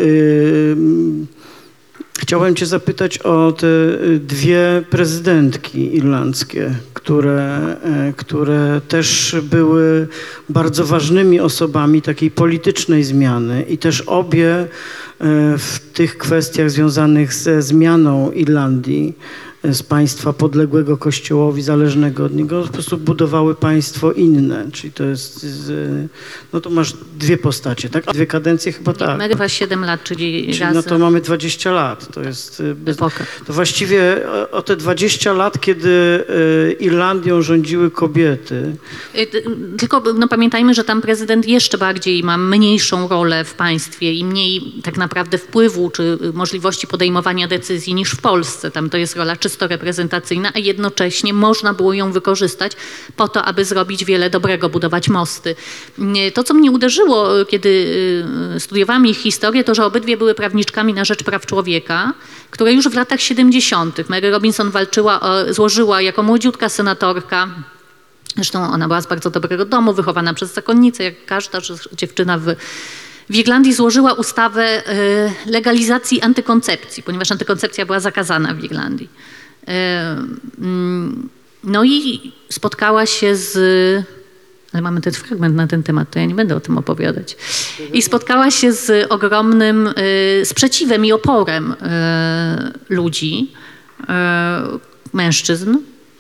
chciałem cię zapytać o te dwie prezydentki irlandzkie, które, które też były bardzo ważnymi osobami takiej politycznej zmiany i też obie w tych kwestiach związanych ze zmianą Irlandii z państwa podległego Kościołowi, zależnego od niego, po prostu budowały państwo inne. Czyli to jest, no to masz dwie postacie, tak? Dwie kadencje chyba tak. Chyba siedem lat, czyli, czyli razem. No to mamy dwadzieścia lat. To jest bez... To właściwie o te dwadzieścia lat, kiedy Irlandią rządziły kobiety. Tylko no, pamiętajmy, że tam prezydent jeszcze bardziej ma mniejszą rolę w państwie i mniej tak naprawdę wpływu czy możliwości podejmowania decyzji niż w Polsce. Tam to jest rola czysto reprezentacyjna, a jednocześnie można było ją wykorzystać po to, aby zrobić wiele dobrego, budować mosty. To, co mnie uderzyło, kiedy studiowałam ich historię, to, że obydwie były prawniczkami na rzecz praw człowieka, które już w latach siedemdziesiątych Mary Robinson walczyła, złożyła jako młodziutka senatorka. Zresztą ona była z bardzo dobrego domu, wychowana przez zakonnicę, jak każda dziewczyna w W Irlandii złożyła ustawę legalizacji antykoncepcji, ponieważ antykoncepcja była zakazana w Irlandii. No i spotkała się z... Ale mamy ten fragment na ten temat, to ja nie będę o tym opowiadać. I spotkała się z ogromnym sprzeciwem i oporem ludzi, mężczyzn.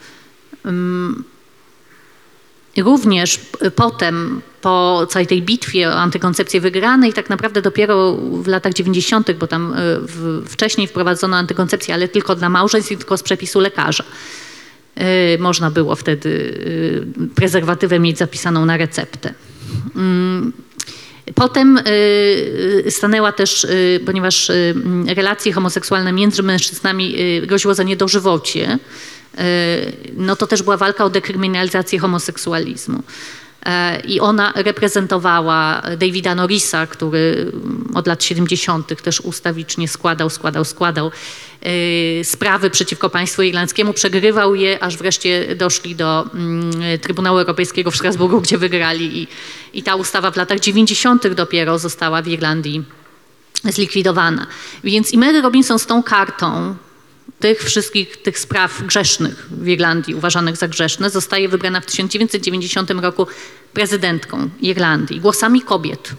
Również potem, po całej tej bitwie o antykoncepcję wygranej, tak naprawdę dopiero w latach dziewięćdziesiątych, bo tam w, wcześniej wprowadzono antykoncepcję, ale tylko dla małżeństw i tylko z przepisu lekarza. Yy, można było wtedy yy, prezerwatywę mieć zapisaną na receptę. Yy. Potem yy, stanęła też, yy, ponieważ yy, relacje homoseksualne między mężczyznami yy, groziło za niedożywocie, no to też była walka o dekryminalizację homoseksualizmu. I ona reprezentowała Davida Norrisa, który od lat siedemdziesiątych też ustawicznie składał, składał, składał sprawy przeciwko państwu irlandzkiemu, przegrywał je, aż wreszcie doszli do Trybunału Europejskiego w Strasburgu, gdzie wygrali i, i ta ustawa w latach dziewięćdziesiątych dopiero została w Irlandii zlikwidowana. Więc i Mary Robinson z tą kartą tych wszystkich tych spraw grzesznych w Irlandii, uważanych za grzeszne, zostaje wybrana w tysiąc dziewięćset dziewięćdziesiątym roku prezydentką Irlandii, głosami kobiet.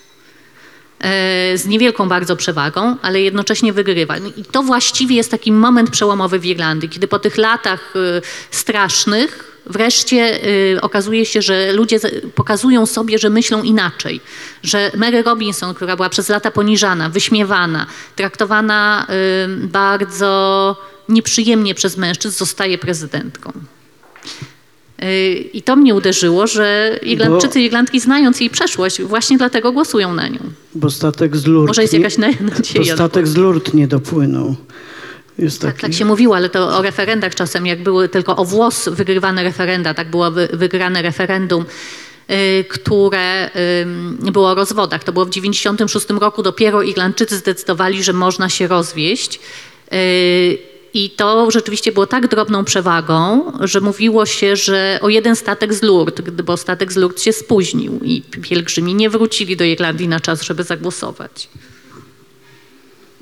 Z niewielką bardzo przewagą, ale jednocześnie wygrywa. I to właściwie jest taki moment przełomowy w Irlandii, kiedy po tych latach strasznych wreszcie okazuje się, że ludzie pokazują sobie, że myślą inaczej. Że Mary Robinson, która była przez lata poniżana, wyśmiewana, traktowana bardzo nieprzyjemnie przez mężczyzn, zostaje prezydentką. I to mnie uderzyło, że Irlandczycy i Irlandki, znając jej przeszłość, właśnie dlatego głosują na nią. Bo statek z Lourdes... Może jest jakaś nadzieja. Bo statek z Lourdes nie dopłynął. Jest tak, taki... tak się mówiło, ale to o referendach czasem, jak były tylko o włos wygrywane referenda, tak było wy, wygrane referendum, y, które y, było o rozwodach. To było w dziewięćdziesiątym szóstym roku, dopiero Irlandczycy zdecydowali, że można się rozwieść. Y, I to rzeczywiście było tak drobną przewagą, że mówiło się, że o jeden statek z Lourdes, bo statek z Lourdes się spóźnił i pielgrzymi nie wrócili do Irlandii na czas, żeby zagłosować.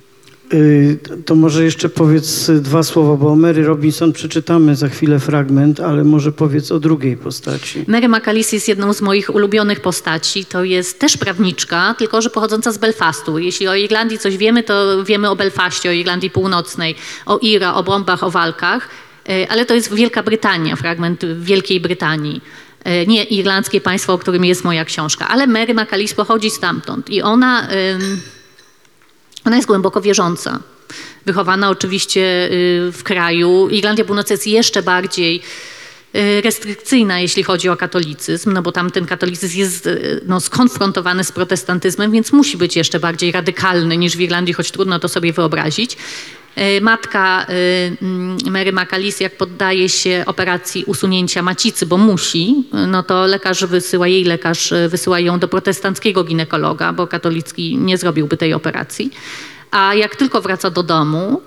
Y, To może jeszcze powiedz dwa słowa, bo o Mary Robinson przeczytamy za chwilę fragment, ale może powiedz o drugiej postaci. Mary McAleese jest jedną z moich ulubionych postaci. To jest też prawniczka, tylko że pochodząca z Belfastu. Jeśli o Irlandii coś wiemy, to wiemy o Belfaście, o Irlandii Północnej, o I R A, o bombach, o walkach, y, ale to jest Wielka Brytania, fragment Wielkiej Brytanii. Y, Nie irlandzkie państwo, o którym jest moja książka, ale Mary McAleese pochodzi stamtąd i ona... ym, Ona jest głęboko wierząca. Wychowana oczywiście w kraju. Irlandia Północna jest jeszcze bardziej restrykcyjna, jeśli chodzi o katolicyzm, no bo tam ten katolicyzm jest no, skonfrontowany z protestantyzmem, więc musi być jeszcze bardziej radykalny niż w Irlandii, choć trudno to sobie wyobrazić. Matka Mary McAleese, jak poddaje się operacji usunięcia macicy, bo musi, no to lekarz wysyła, jej lekarz wysyła ją do protestanckiego ginekologa, bo katolicki nie zrobiłby tej operacji. A jak tylko wraca do domu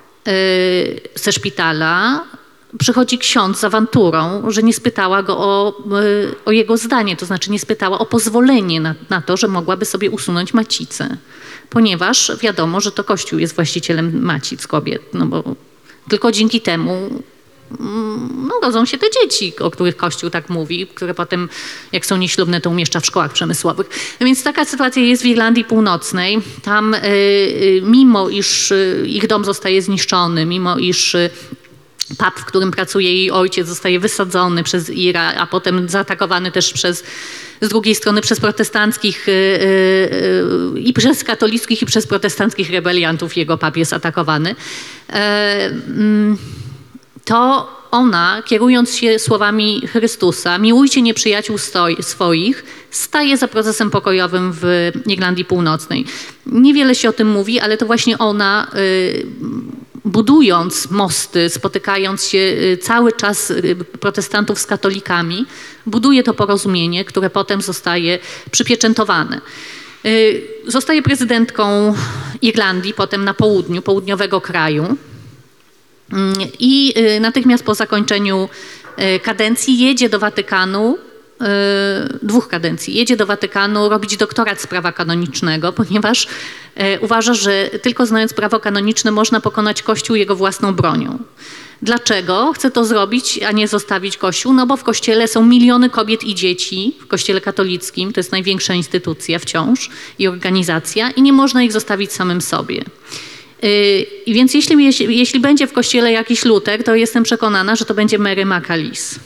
ze szpitala, przychodzi ksiądz z awanturą, że nie spytała go o, o jego zdanie, to znaczy nie spytała o pozwolenie na, na to, że mogłaby sobie usunąć macicę. Ponieważ wiadomo, że to Kościół jest właścicielem macic kobiet, no bo tylko dzięki temu no, rodzą się te dzieci, o których Kościół tak mówi, które potem, jak są nieślubne, to umieszcza w szkołach przemysłowych. No więc taka sytuacja jest w Irlandii Północnej. Tam y, y, mimo iż y, ich dom zostaje zniszczony, mimo iż y, pub, w którym pracuje jej ojciec, zostaje wysadzony przez I R A, a potem zaatakowany też przez, z drugiej strony przez protestanckich yy, yy, i przez katolickich i przez protestanckich rebeliantów jego pub jest atakowany. Yy, yy, to ona, kierując się słowami Chrystusa, miłujcie nieprzyjaciół stoi, swoich, staje za procesem pokojowym w Irlandii Północnej. Niewiele się o tym mówi, ale to właśnie ona yy, budując mosty, spotykając się cały czas protestantów z katolikami, buduje to porozumienie, które potem zostaje przypieczętowane. Zostaje prezydentką Irlandii, potem na południu, południowego kraju i natychmiast po zakończeniu kadencji jedzie do Watykanu, dwóch kadencji, jedzie do Watykanu robić doktorat z prawa kanonicznego, ponieważ uważa, że tylko znając prawo kanoniczne można pokonać Kościół jego własną bronią. Dlaczego chce to zrobić, a nie zostawić Kościół? No bo w Kościele są miliony kobiet i dzieci, w Kościele katolickim, to jest największa instytucja wciąż i organizacja i nie można ich zostawić samym sobie. I więc jeśli, jeśli, jeśli będzie w Kościele jakiś Luter, to jestem przekonana, że to będzie Mary McAleese.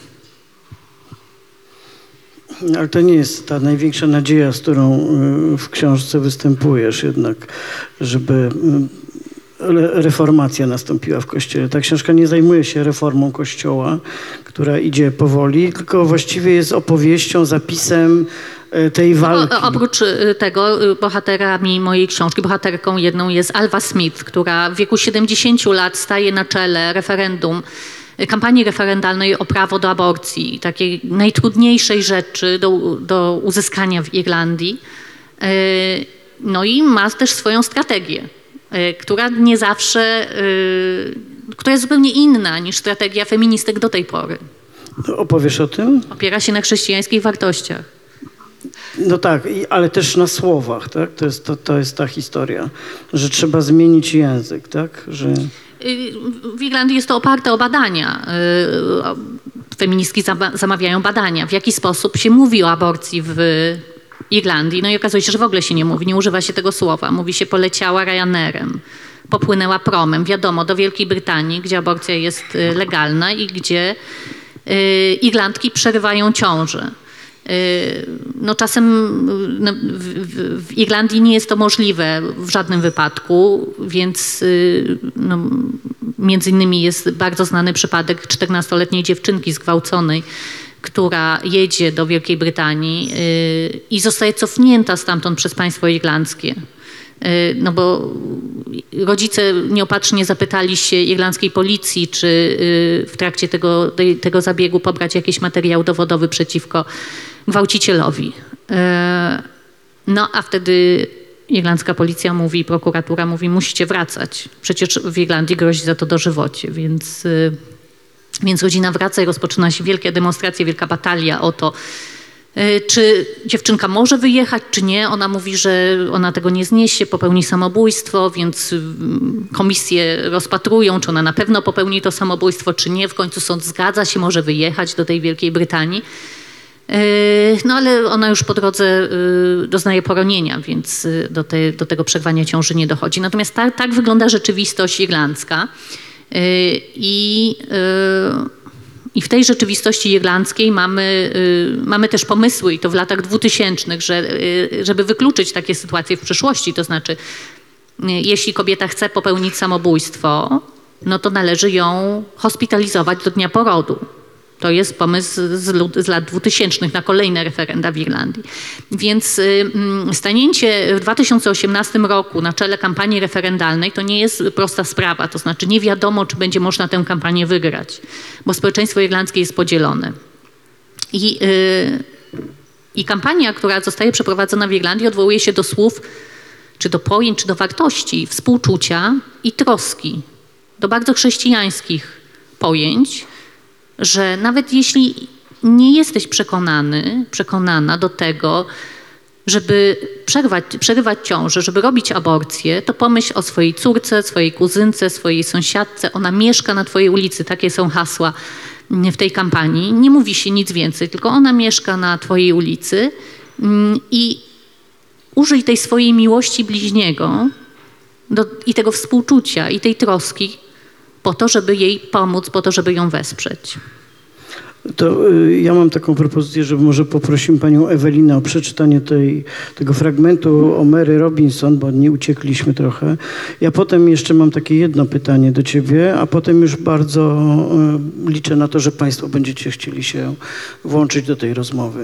Ale to nie jest ta największa nadzieja, z którą w książce występujesz jednak, żeby reformacja nastąpiła w Kościele. Ta książka nie zajmuje się reformą Kościoła, która idzie powoli, tylko właściwie jest opowieścią, zapisem tej walki. O, oprócz tego bohaterami mojej książki, bohaterką jedną jest Alva Smith, która w wieku siedemdziesięciu lat staje na czele referendum, kampanii referendalnej o prawo do aborcji, takiej najtrudniejszej rzeczy do, do uzyskania w Irlandii. No i ma też swoją strategię, która nie zawsze, która jest zupełnie inna niż strategia feministek do tej pory. No, opowiesz o tym? Opiera się na chrześcijańskich wartościach. No tak, ale też na słowach, tak? To jest, to, to jest ta historia, że trzeba zmienić język, tak? Że... W Irlandii jest to oparte o badania. Feministki zamawiają badania. W jaki sposób się mówi o aborcji w Irlandii. No i okazuje się, że w ogóle się nie mówi, nie używa się tego słowa. Mówi się poleciała Ryanerem, popłynęła promem. Wiadomo, do Wielkiej Brytanii, gdzie aborcja jest legalna i gdzie Irlandki przerywają ciążę. No czasem no, w, w Irlandii nie jest to możliwe w żadnym wypadku, więc no, między innymi jest bardzo znany przypadek czternastoletniej dziewczynki zgwałconej, która jedzie do Wielkiej Brytanii i zostaje cofnięta stamtąd przez państwo irlandzkie. No bo rodzice nieopatrznie zapytali się irlandzkiej policji, czy w trakcie tego, tego zabiegu pobrać jakiś materiał dowodowy przeciwko gwałcicielowi. No a wtedy irlandzka policja mówi, prokuratura mówi, musicie wracać. Przecież w Irlandii grozi za to dożywocie, więc, więc rodzina wraca i rozpoczyna się wielkie demonstracje, wielka batalia o to, Czy dziewczynka może wyjechać, czy nie? Ona mówi, że ona tego nie zniesie, popełni samobójstwo, więc komisje rozpatrują, czy ona na pewno popełni to samobójstwo, czy nie. W końcu sąd zgadza się, może wyjechać do tej Wielkiej Brytanii. No ale ona już po drodze doznaje poronienia, więc do, te, do tego przerwania ciąży nie dochodzi. Natomiast tak, tak wygląda rzeczywistość irlandzka. I... I w tej rzeczywistości irlandzkiej mamy, y, mamy też pomysły, i to w latach dwutysięcznych, że, y, żeby wykluczyć takie sytuacje w przyszłości. To znaczy, y, jeśli kobieta chce popełnić samobójstwo, no to należy ją hospitalizować do dnia porodu. To jest pomysł z, z lat dwutysięcznych na kolejne referenda w Irlandii. Więc y, stanięcie w dwa tysiące osiemnastym roku na czele kampanii referendalnej to nie jest prosta sprawa. To znaczy nie wiadomo, czy będzie można tę kampanię wygrać, bo społeczeństwo irlandzkie jest podzielone. I, y, i kampania, która zostaje przeprowadzona w Irlandii, odwołuje się do słów, czy do pojęć, czy do wartości współczucia i troski, do bardzo chrześcijańskich pojęć, że nawet jeśli nie jesteś przekonany, przekonana do tego, żeby przerwać, przerywać ciążę, żeby robić aborcję, to pomyśl o swojej córce, swojej kuzynce, swojej sąsiadce. Ona mieszka na twojej ulicy. Takie są hasła w tej kampanii. Nie mówi się nic więcej, tylko ona mieszka na twojej ulicy i użyj tej swojej miłości bliźniego do, i tego współczucia i tej troski po to, żeby jej pomóc, po to, żeby ją wesprzeć. To y, ja mam taką propozycję, że może poprosimy panią Ewelinę o przeczytanie tej, tego fragmentu o Mary Robinson, bo nie uciekliśmy trochę. Ja potem jeszcze mam takie jedno pytanie do ciebie, a potem już bardzo y, liczę na to, że państwo będziecie chcieli się włączyć do tej rozmowy.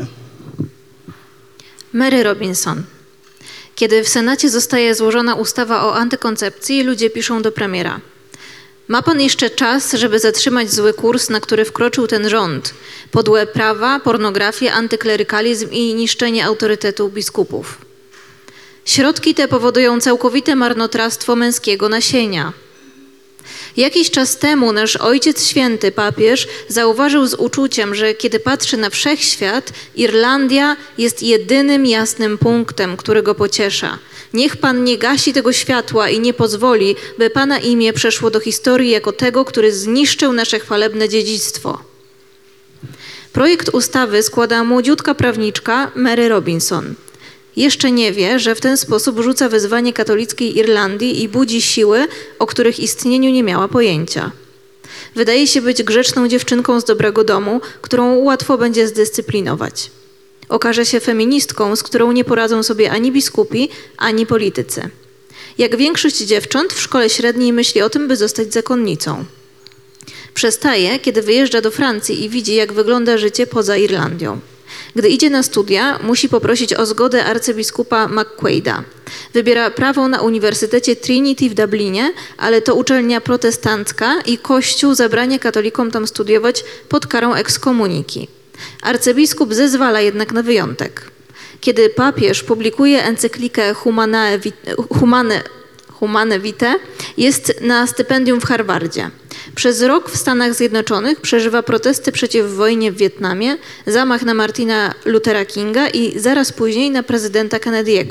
Mary Robinson. Kiedy w Senacie zostaje złożona ustawa o antykoncepcji, ludzie piszą do premiera: ma pan jeszcze czas, żeby zatrzymać zły kurs, na który wkroczył ten rząd. Podłe prawa, pornografię, antyklerykalizm i niszczenie autorytetu biskupów. Środki te powodują całkowite marnotrawstwo męskiego nasienia. Jakiś czas temu nasz Ojciec Święty, papież, zauważył z uczuciem, że kiedy patrzy na wszechświat, Irlandia jest jedynym jasnym punktem, który go pociesza. Niech Pan nie gasi tego światła i nie pozwoli, by Pana imię przeszło do historii jako tego, który zniszczył nasze chwalebne dziedzictwo. Projekt ustawy składa młodziutka prawniczka Mary Robinson. Jeszcze nie wie, że w ten sposób rzuca wyzwanie katolickiej Irlandii i budzi siły, o których istnieniu nie miała pojęcia. Wydaje się być grzeczną dziewczynką z dobrego domu, którą łatwo będzie zdyscyplinować. Okaże się feministką, z którą nie poradzą sobie ani biskupi, ani politycy. Jak większość dziewcząt w szkole średniej myśli o tym, by zostać zakonnicą. Przestaje, kiedy wyjeżdża do Francji i widzi, jak wygląda życie poza Irlandią. Gdy idzie na studia, musi poprosić o zgodę arcybiskupa McQuaida. Wybiera prawo na Uniwersytecie Trinity w Dublinie, ale to uczelnia protestancka i Kościół zabrania katolikom tam studiować pod karą ekskomuniki. Arcybiskup zezwala jednak na wyjątek. Kiedy papież publikuje encyklikę Humane, Humane, Humane Vitae, jest na stypendium w Harvardzie. Przez rok w Stanach Zjednoczonych przeżywa protesty przeciw wojnie w Wietnamie, zamach na Martina Luthera Kinga i zaraz później na prezydenta Kennedy'ego.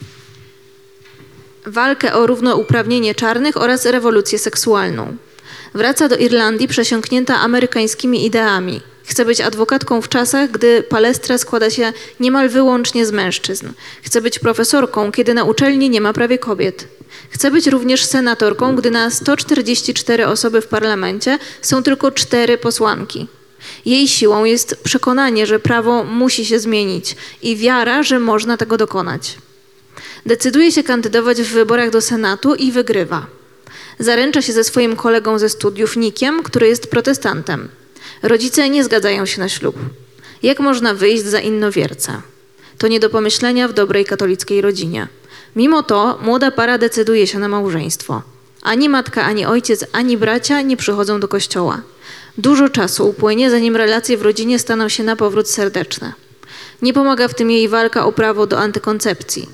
Walkę o równouprawnienie czarnych oraz rewolucję seksualną. Wraca do Irlandii przesiąknięta amerykańskimi ideami. Chce być adwokatką w czasach, gdy palestra składa się niemal wyłącznie z mężczyzn. Chce być profesorką, kiedy na uczelni nie ma prawie kobiet. Chce być również senatorką, gdy na sto czterdzieści cztery osoby w parlamencie są tylko cztery posłanki. Jej siłą jest przekonanie, że prawo musi się zmienić i wiara, że można tego dokonać. Decyduje się kandydować w wyborach do Senatu i wygrywa. Zaręcza się ze swoim kolegą ze studiów, Nickiem, który jest protestantem. Rodzice nie zgadzają się na ślub. Jak można wyjść za innowierca? To nie do pomyślenia w dobrej katolickiej rodzinie. Mimo to młoda para decyduje się na małżeństwo. Ani matka, ani ojciec, ani bracia nie przychodzą do kościoła. Dużo czasu upłynie, zanim relacje w rodzinie staną się na powrót serdeczne. Nie pomaga w tym jej walka o prawo do antykoncepcji.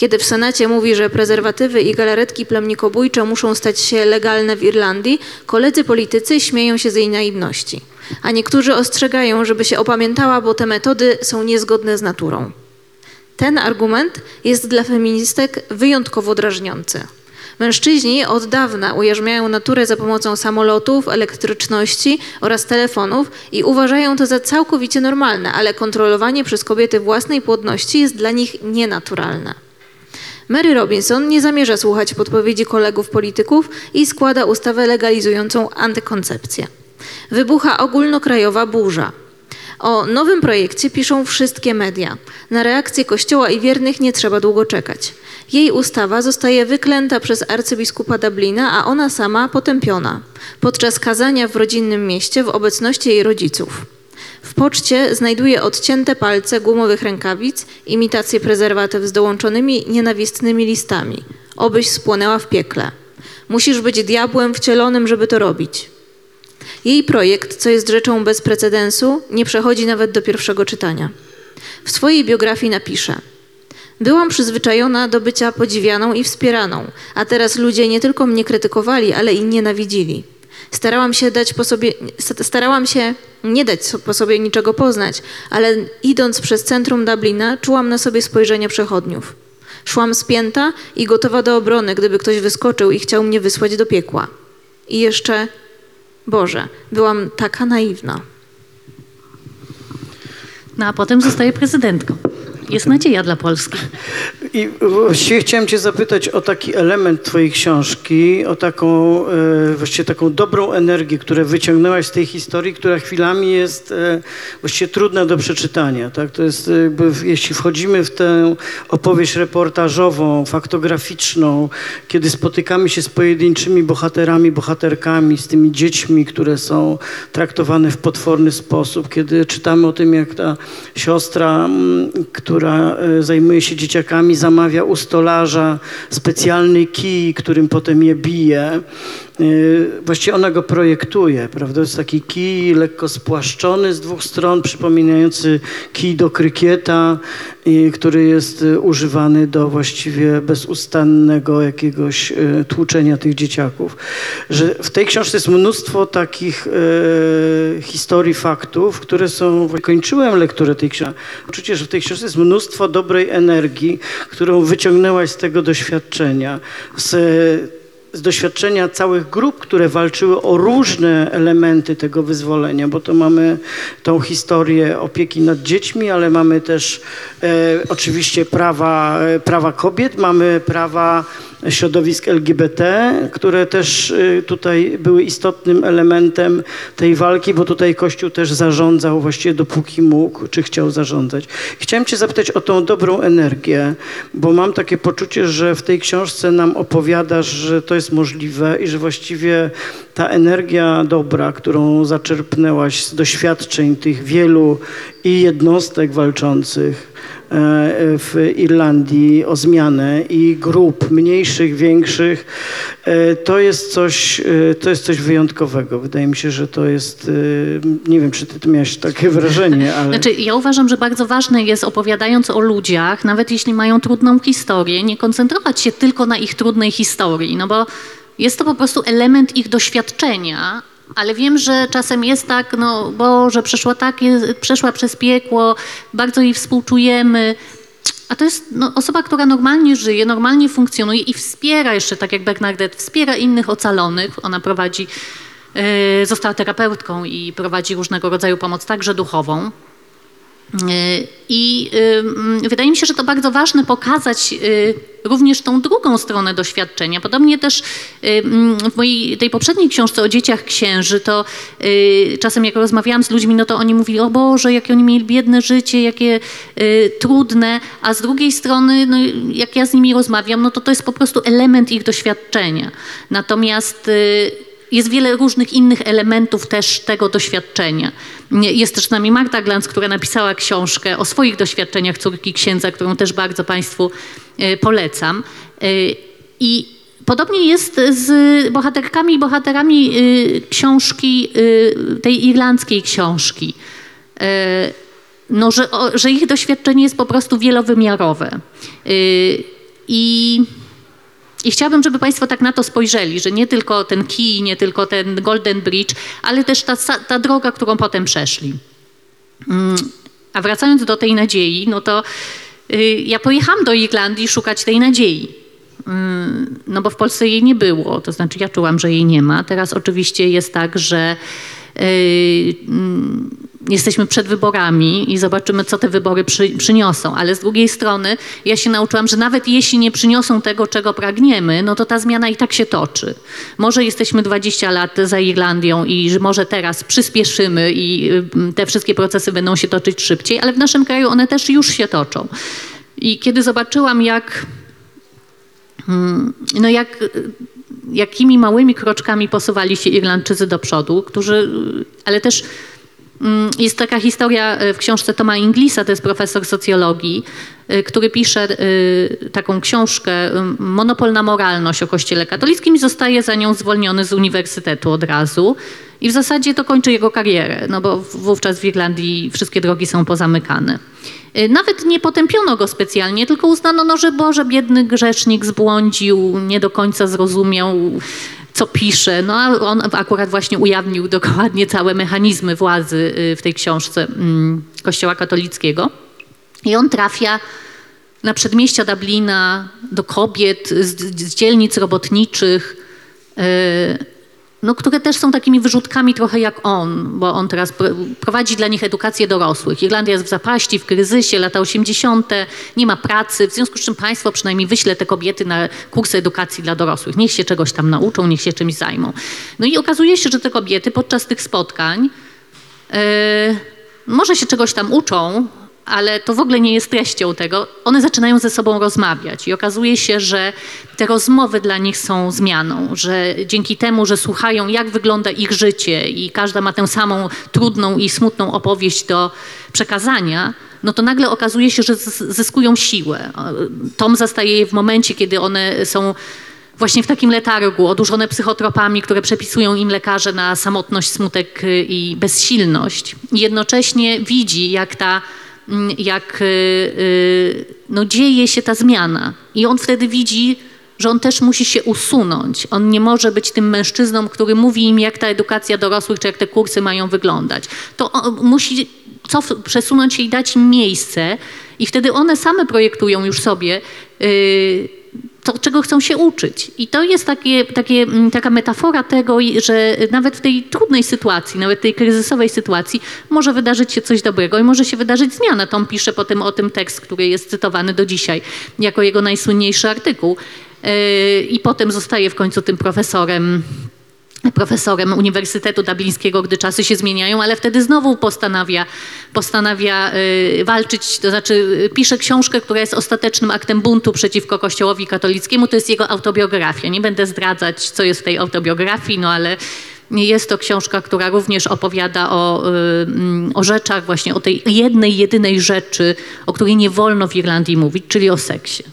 Kiedy w Senacie mówi, że prezerwatywy i galaretki plemnikobójcze muszą stać się legalne w Irlandii, koledzy politycy śmieją się z jej naiwności. A niektórzy ostrzegają, żeby się opamiętała, bo te metody są niezgodne z naturą. Ten argument jest dla feministek wyjątkowo drażniący. Mężczyźni od dawna ujarzmiają naturę za pomocą samolotów, elektryczności oraz telefonów i uważają to za całkowicie normalne, ale kontrolowanie przez kobiety własnej płodności jest dla nich nienaturalne. Mary Robinson nie zamierza słuchać podpowiedzi kolegów polityków i składa ustawę legalizującą antykoncepcję. Wybucha ogólnokrajowa burza. O nowym projekcie piszą wszystkie media. Na reakcję Kościoła i wiernych nie trzeba długo czekać. Jej ustawa zostaje wyklęta przez arcybiskupa Dublina, a ona sama potępiona podczas kazania w rodzinnym mieście w obecności jej rodziców. W poczcie znajduje odcięte palce gumowych rękawic, imitację prezerwatyw z dołączonymi nienawistnymi listami. Obyś spłonęła w piekle. Musisz być diabłem wcielonym, żeby to robić. Jej projekt, co jest rzeczą bez precedensu, nie przechodzi nawet do pierwszego czytania. W swojej biografii napisze: byłam przyzwyczajona do bycia podziwianą i wspieraną, a teraz ludzie nie tylko mnie krytykowali, ale i nienawidzili. Starałam się, dać po sobie, starałam się nie dać po sobie niczego poznać, ale idąc przez centrum Dublina, czułam na sobie spojrzenie przechodniów. Szłam spięta i gotowa do obrony, gdyby ktoś wyskoczył i chciał mnie wysłać do piekła. I jeszcze, Boże, byłam taka naiwna. No a potem zostaje prezydentką. Jest nadzieja dla Polski. I właściwie chciałem cię zapytać o taki element twojej książki, o taką e, właściwie taką dobrą energię, którą wyciągnęłaś z tej historii, która chwilami jest e, właściwie trudna do przeczytania. Tak? To jest jakby, jeśli wchodzimy w tę opowieść reportażową, faktograficzną, kiedy spotykamy się z pojedynczymi bohaterami, bohaterkami, z tymi dziećmi, które są traktowane w potworny sposób, kiedy czytamy o tym, jak ta siostra, m, która zajmuje się dzieciakami, zamawia u stolarza specjalny kij, którym potem je bije. Właściwie ona go projektuje, prawda? To jest taki kij lekko spłaszczony z dwóch stron, przypominający kij do krykieta, który jest używany do właściwie bezustannego jakiegoś tłuczenia tych dzieciaków. Że w tej książce jest mnóstwo takich e, historii, faktów, które są... Kończyłem lekturę tej książki. Uczucie, że w tej książce jest mnóstwo dobrej energii, którą wyciągnęłaś z tego doświadczenia. Z, z doświadczenia całych grup, które walczyły o różne elementy tego wyzwolenia, bo to mamy tą historię opieki nad dziećmi, ale mamy też e, oczywiście prawa, e, prawa kobiet, mamy prawa środowisk L G B T, które też e, tutaj były istotnym elementem tej walki, bo tutaj Kościół też zarządzał właściwie dopóki mógł, czy chciał zarządzać. Chciałem cię zapytać o tą dobrą energię, bo mam takie poczucie, że w tej książce nam opowiadasz, że to jest możliwe i że właściwie ta energia dobra, którą zaczerpnęłaś z doświadczeń tych wielu i jednostek walczących w Irlandii o zmianę i grup mniejszych, większych, to jest coś, to jest coś wyjątkowego. Wydaje mi się, że to jest, nie wiem, czy ty, ty miałeś takie wrażenie, ale... Znaczy, ja uważam, że bardzo ważne jest, opowiadając o ludziach, nawet jeśli mają trudną historię, nie koncentrować się tylko na ich trudnej historii, no bo jest to po prostu element ich doświadczenia, ale wiem, że czasem jest tak, no Boże, przeszła, takie, przeszła przez piekło, bardzo jej współczujemy. A to jest no, osoba, która normalnie żyje, normalnie funkcjonuje i wspiera jeszcze, tak jak Bernadette, wspiera innych ocalonych. Ona prowadzi, yy, została terapeutką i prowadzi różnego rodzaju pomoc, także duchową. I y, wydaje mi się, że to bardzo ważne pokazać y, również tą drugą stronę doświadczenia. Podobnie też y, w mojej tej poprzedniej książce o dzieciach księży, to y, czasem jak rozmawiałam z ludźmi, no to oni mówili, o Boże, jakie oni mieli biedne życie, jakie y, trudne, a z drugiej strony, no, jak ja z nimi rozmawiam, no to to jest po prostu element ich doświadczenia. Natomiast y, jest wiele różnych innych elementów też tego doświadczenia. Jest też z nami Marta Glantz, która napisała książkę o swoich doświadczeniach córki księdza, którą też bardzo Państwu polecam. I podobnie jest z bohaterkami i bohaterami książki, tej irlandzkiej książki. No, że, że ich doświadczenie jest po prostu wielowymiarowe. I, I chciałabym, żeby Państwo tak na to spojrzeli, że nie tylko ten kij, nie tylko ten Golden Bridge, ale też ta, ta droga, którą potem przeszli. A wracając do tej nadziei, no to ja pojechałam do Irlandii szukać tej nadziei. No bo w Polsce jej nie było, to znaczy ja czułam, że jej nie ma. Teraz oczywiście jest tak, że yy, yy, jesteśmy przed wyborami i zobaczymy, co te wybory przy, przyniosą. Ale z drugiej strony ja się nauczyłam, że nawet jeśli nie przyniosą tego, czego pragniemy, no to ta zmiana i tak się toczy. Może jesteśmy dwadzieścia lat za Irlandią i że może teraz przyspieszymy i yy, te wszystkie procesy będą się toczyć szybciej, ale w naszym kraju one też już się toczą. I kiedy zobaczyłam, jak No jak, jakimi małymi kroczkami posuwali się Irlandczycy do przodu, którzy, ale też jest taka historia w książce Toma Inglisa, to jest profesor socjologii, który pisze taką książkę Monopol na moralność o Kościele katolickim i zostaje za nią zwolniony z uniwersytetu od razu. I w zasadzie to kończy jego karierę, no bo wówczas w Irlandii wszystkie drogi są pozamykane. Nawet nie potępiono go specjalnie, tylko uznano, no, że Boże, biedny grzesznik zbłądził, nie do końca zrozumiał, co pisze. No a on akurat właśnie ujawnił dokładnie całe mechanizmy władzy w tej książce Kościoła katolickiego. I on trafia na przedmieścia Dublina, do kobiet z, z dzielnic robotniczych, no, które też są takimi wyrzutkami trochę jak on, bo on teraz prowadzi dla nich edukację dorosłych. Irlandia jest w zapaści, w kryzysie, lata osiemdziesiąte, nie ma pracy, w związku z czym państwo przynajmniej wyśle te kobiety na kursy edukacji dla dorosłych. Niech się czegoś tam nauczą, niech się czymś zajmą. No i okazuje się, że te kobiety podczas tych spotkań yy, może się czegoś tam uczą, ale to w ogóle nie jest treścią tego. One zaczynają ze sobą rozmawiać i okazuje się, że te rozmowy dla nich są zmianą, że dzięki temu, że słuchają, jak wygląda ich życie i każda ma tę samą trudną i smutną opowieść do przekazania, no to nagle okazuje się, że zyskują siłę. Tom zastaje je w momencie, kiedy one są właśnie w takim letargu, odurzone psychotropami, które przepisują im lekarze na samotność, smutek i bezsilność. I jednocześnie widzi, jak ta jak no, dzieje się ta zmiana. I on wtedy widzi, że on też musi się usunąć. On nie może być tym mężczyzną, który mówi im, jak ta edukacja dorosłych, czy jak te kursy mają wyglądać. To on musi cof- przesunąć się i dać im miejsce i wtedy one same projektują już sobie yy, to, czego chcą się uczyć. I to jest takie, takie, taka metafora tego, że nawet w tej trudnej sytuacji, nawet w tej kryzysowej sytuacji może wydarzyć się coś dobrego i może się wydarzyć zmiana. Tom pisze potem o tym tekst, który jest cytowany do dzisiaj jako jego najsłynniejszy artykuł. I potem zostaje w końcu tym profesorem profesorem Uniwersytetu Dublińskiego, gdy czasy się zmieniają, ale wtedy znowu postanawia, postanawia y, walczyć, to znaczy pisze książkę, która jest ostatecznym aktem buntu przeciwko Kościołowi katolickiemu. To jest jego autobiografia. Nie będę zdradzać, co jest w tej autobiografii, no ale jest to książka, która również opowiada o, y, o rzeczach, właśnie o tej jednej, jedynej rzeczy, o której nie wolno w Irlandii mówić, czyli o seksie.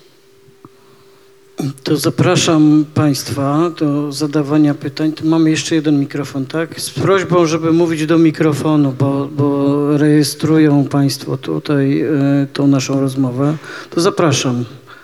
To zapraszam Państwa do zadawania pytań. Tu mamy jeszcze jeden mikrofon, tak? Z prośbą, żeby mówić do mikrofonu, bo, bo rejestrują Państwo tutaj y, tą naszą rozmowę. To zapraszam.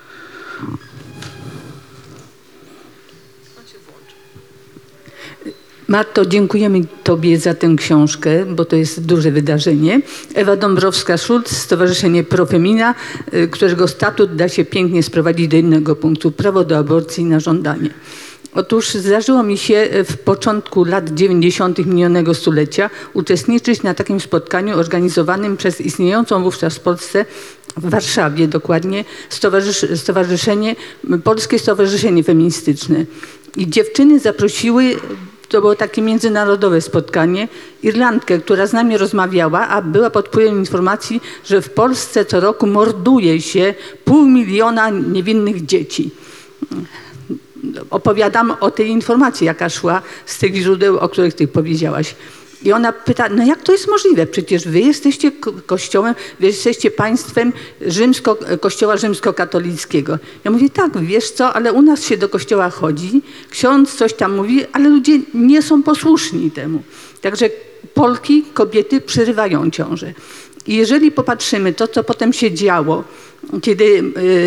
Marto, dziękujemy Tobie za tę książkę, bo to jest duże wydarzenie. Ewa Dąbrowska-Schulz, Stowarzyszenie Profemina, którego statut da się pięknie sprowadzić do innego punktu. Prawo do aborcji na żądanie. Otóż zdarzyło mi się w początku lat dziewięćdziesiątych minionego stulecia uczestniczyć na takim spotkaniu organizowanym przez istniejącą wówczas w Polsce, w Warszawie dokładnie, stowarzysz, stowarzyszenie, Polskie Stowarzyszenie Feministyczne. I dziewczyny zaprosiły, to było takie międzynarodowe spotkanie, Irlandkę, która z nami rozmawiała, a była pod wpływem informacji, że w Polsce co roku morduje się pół miliona niewinnych dzieci. Opowiadam o tej informacji, jaka szła z tych źródeł, o których ty powiedziałaś. I ona pyta, no jak to jest możliwe? Przecież wy jesteście kościołem, wy jesteście państwem rzymsko, kościoła rzymskokatolickiego. Ja mówię, tak, wiesz co, ale u nas się do kościoła chodzi, ksiądz coś tam mówi, ale ludzie nie są posłuszni temu. Także Polki, kobiety przerywają ciążę. I jeżeli popatrzymy to, co potem się działo, kiedy yy,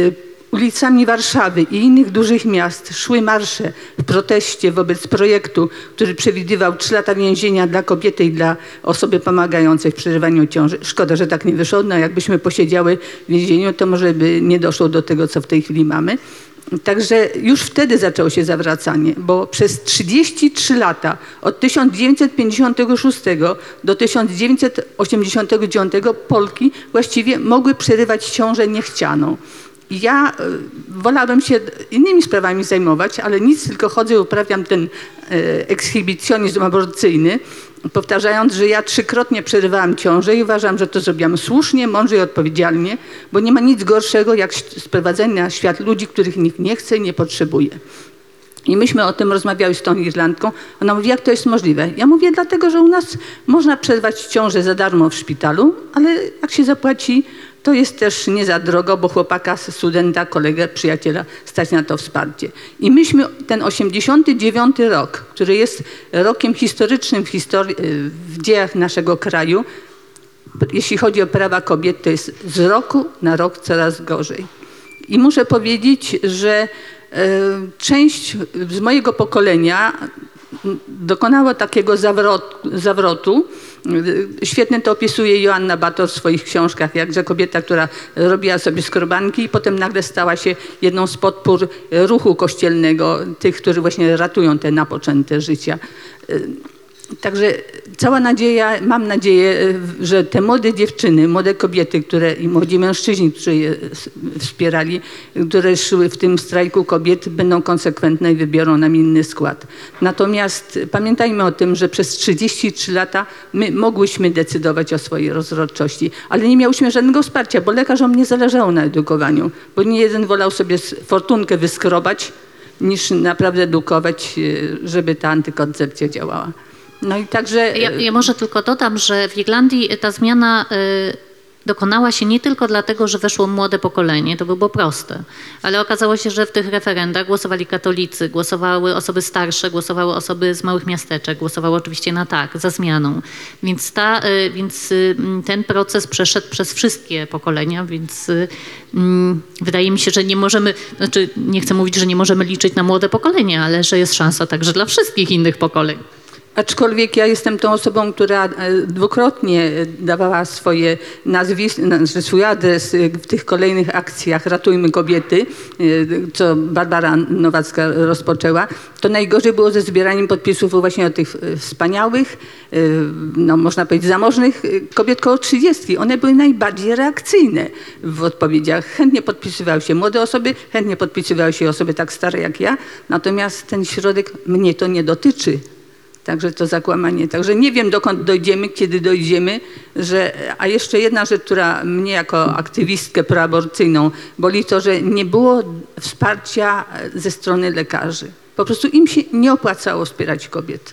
ulicami Warszawy i innych dużych miast szły marsze w proteście wobec projektu, który przewidywał trzy lata więzienia dla kobiety i dla osoby pomagającej w przerywaniu ciąży. Szkoda, że tak nie wyszło. No, jakbyśmy posiedziały w więzieniu, to może by nie doszło do tego, co w tej chwili mamy. Także już wtedy zaczęło się zawracanie, bo przez trzydzieści trzy lata, od tysiąc dziewięćset pięćdziesiątego szóstego do tysiąc dziewięćset osiemdziesiątego dziewiątego Polki właściwie mogły przerywać ciążę niechcianą. Ja y, wolałabym się innymi sprawami zajmować, ale nic, tylko chodzę i uprawiam ten y, ekshibicjonizm aborcyjny, powtarzając, że ja trzykrotnie przerywałam ciążę i uważam, że to zrobiłam słusznie, mądrze i odpowiedzialnie, bo nie ma nic gorszego jak sprowadzenie na świat ludzi, których nikt nie chce i nie potrzebuje. I myśmy o tym rozmawiały z tą Irlandką. Ona mówi, jak to jest możliwe? Ja mówię, dlatego, że u nas można przerwać ciążę za darmo w szpitalu, ale jak się zapłaci, to jest też nie za drogo, bo chłopaka, studenta, kolegę, przyjaciela stać na to wsparcie. I myśmy ten osiemdziesiąty dziewiąty rok, który jest rokiem historycznym w, historii, w dziejach naszego kraju, jeśli chodzi o prawa kobiet, to jest z roku na rok coraz gorzej. I muszę powiedzieć, że część z mojego pokolenia dokonała takiego zawrotu, zawrotu. Świetnie to opisuje Joanna Bator w swoich książkach, jakże kobieta, która robiła sobie skrobanki i potem nagle stała się jedną z podpór ruchu kościelnego, tych, którzy właśnie ratują te napoczęte życia. Także cała nadzieja, mam nadzieję, że te młode dziewczyny, młode kobiety, które i młodzi mężczyźni, którzy je wspierali, które szły w tym strajku kobiet, będą konsekwentne i wybiorą nam inny skład. Natomiast pamiętajmy o tym, że przez trzydzieści trzy lata my mogłyśmy decydować o swojej rozrodczości, ale nie miałyśmy żadnego wsparcia, bo lekarzom nie zależało na edukowaniu, bo nie jeden wolał sobie fortunkę wyskrobać, niż naprawdę edukować, żeby ta antykoncepcja działała. No i także... Ja, ja może tylko dodam, że w Irlandii ta zmiana y, dokonała się nie tylko dlatego, że weszło młode pokolenie, to by było proste, ale okazało się, że w tych referendach głosowali katolicy, głosowały osoby starsze, głosowały osoby z małych miasteczek, głosowały oczywiście na tak, za zmianą. Więc, ta, y, więc y, ten proces przeszedł przez wszystkie pokolenia, więc y, y, wydaje mi się, że nie możemy, znaczy nie chcę mówić, że nie możemy liczyć na młode pokolenia, ale że jest szansa także dla wszystkich innych pokoleń. Aczkolwiek ja jestem tą osobą, która dwukrotnie dawała swoje nazwisko, swój adres w tych kolejnych akcjach Ratujmy Kobiety, co Barbara Nowacka rozpoczęła. To najgorzej było ze zbieraniem podpisów właśnie od tych wspaniałych, no można powiedzieć zamożnych kobiet koło trzydziestki. One były najbardziej reakcyjne w odpowiedziach. Chętnie podpisywały się młode osoby, chętnie podpisywały się osoby tak stare jak ja. Natomiast ten środek mnie to nie dotyczy. Także to zakłamanie. Także nie wiem, dokąd dojdziemy, kiedy dojdziemy, że, a jeszcze jedna rzecz, która mnie jako aktywistkę proaborcyjną boli, to, że nie było wsparcia ze strony lekarzy. Po prostu im się nie opłacało wspierać kobiet.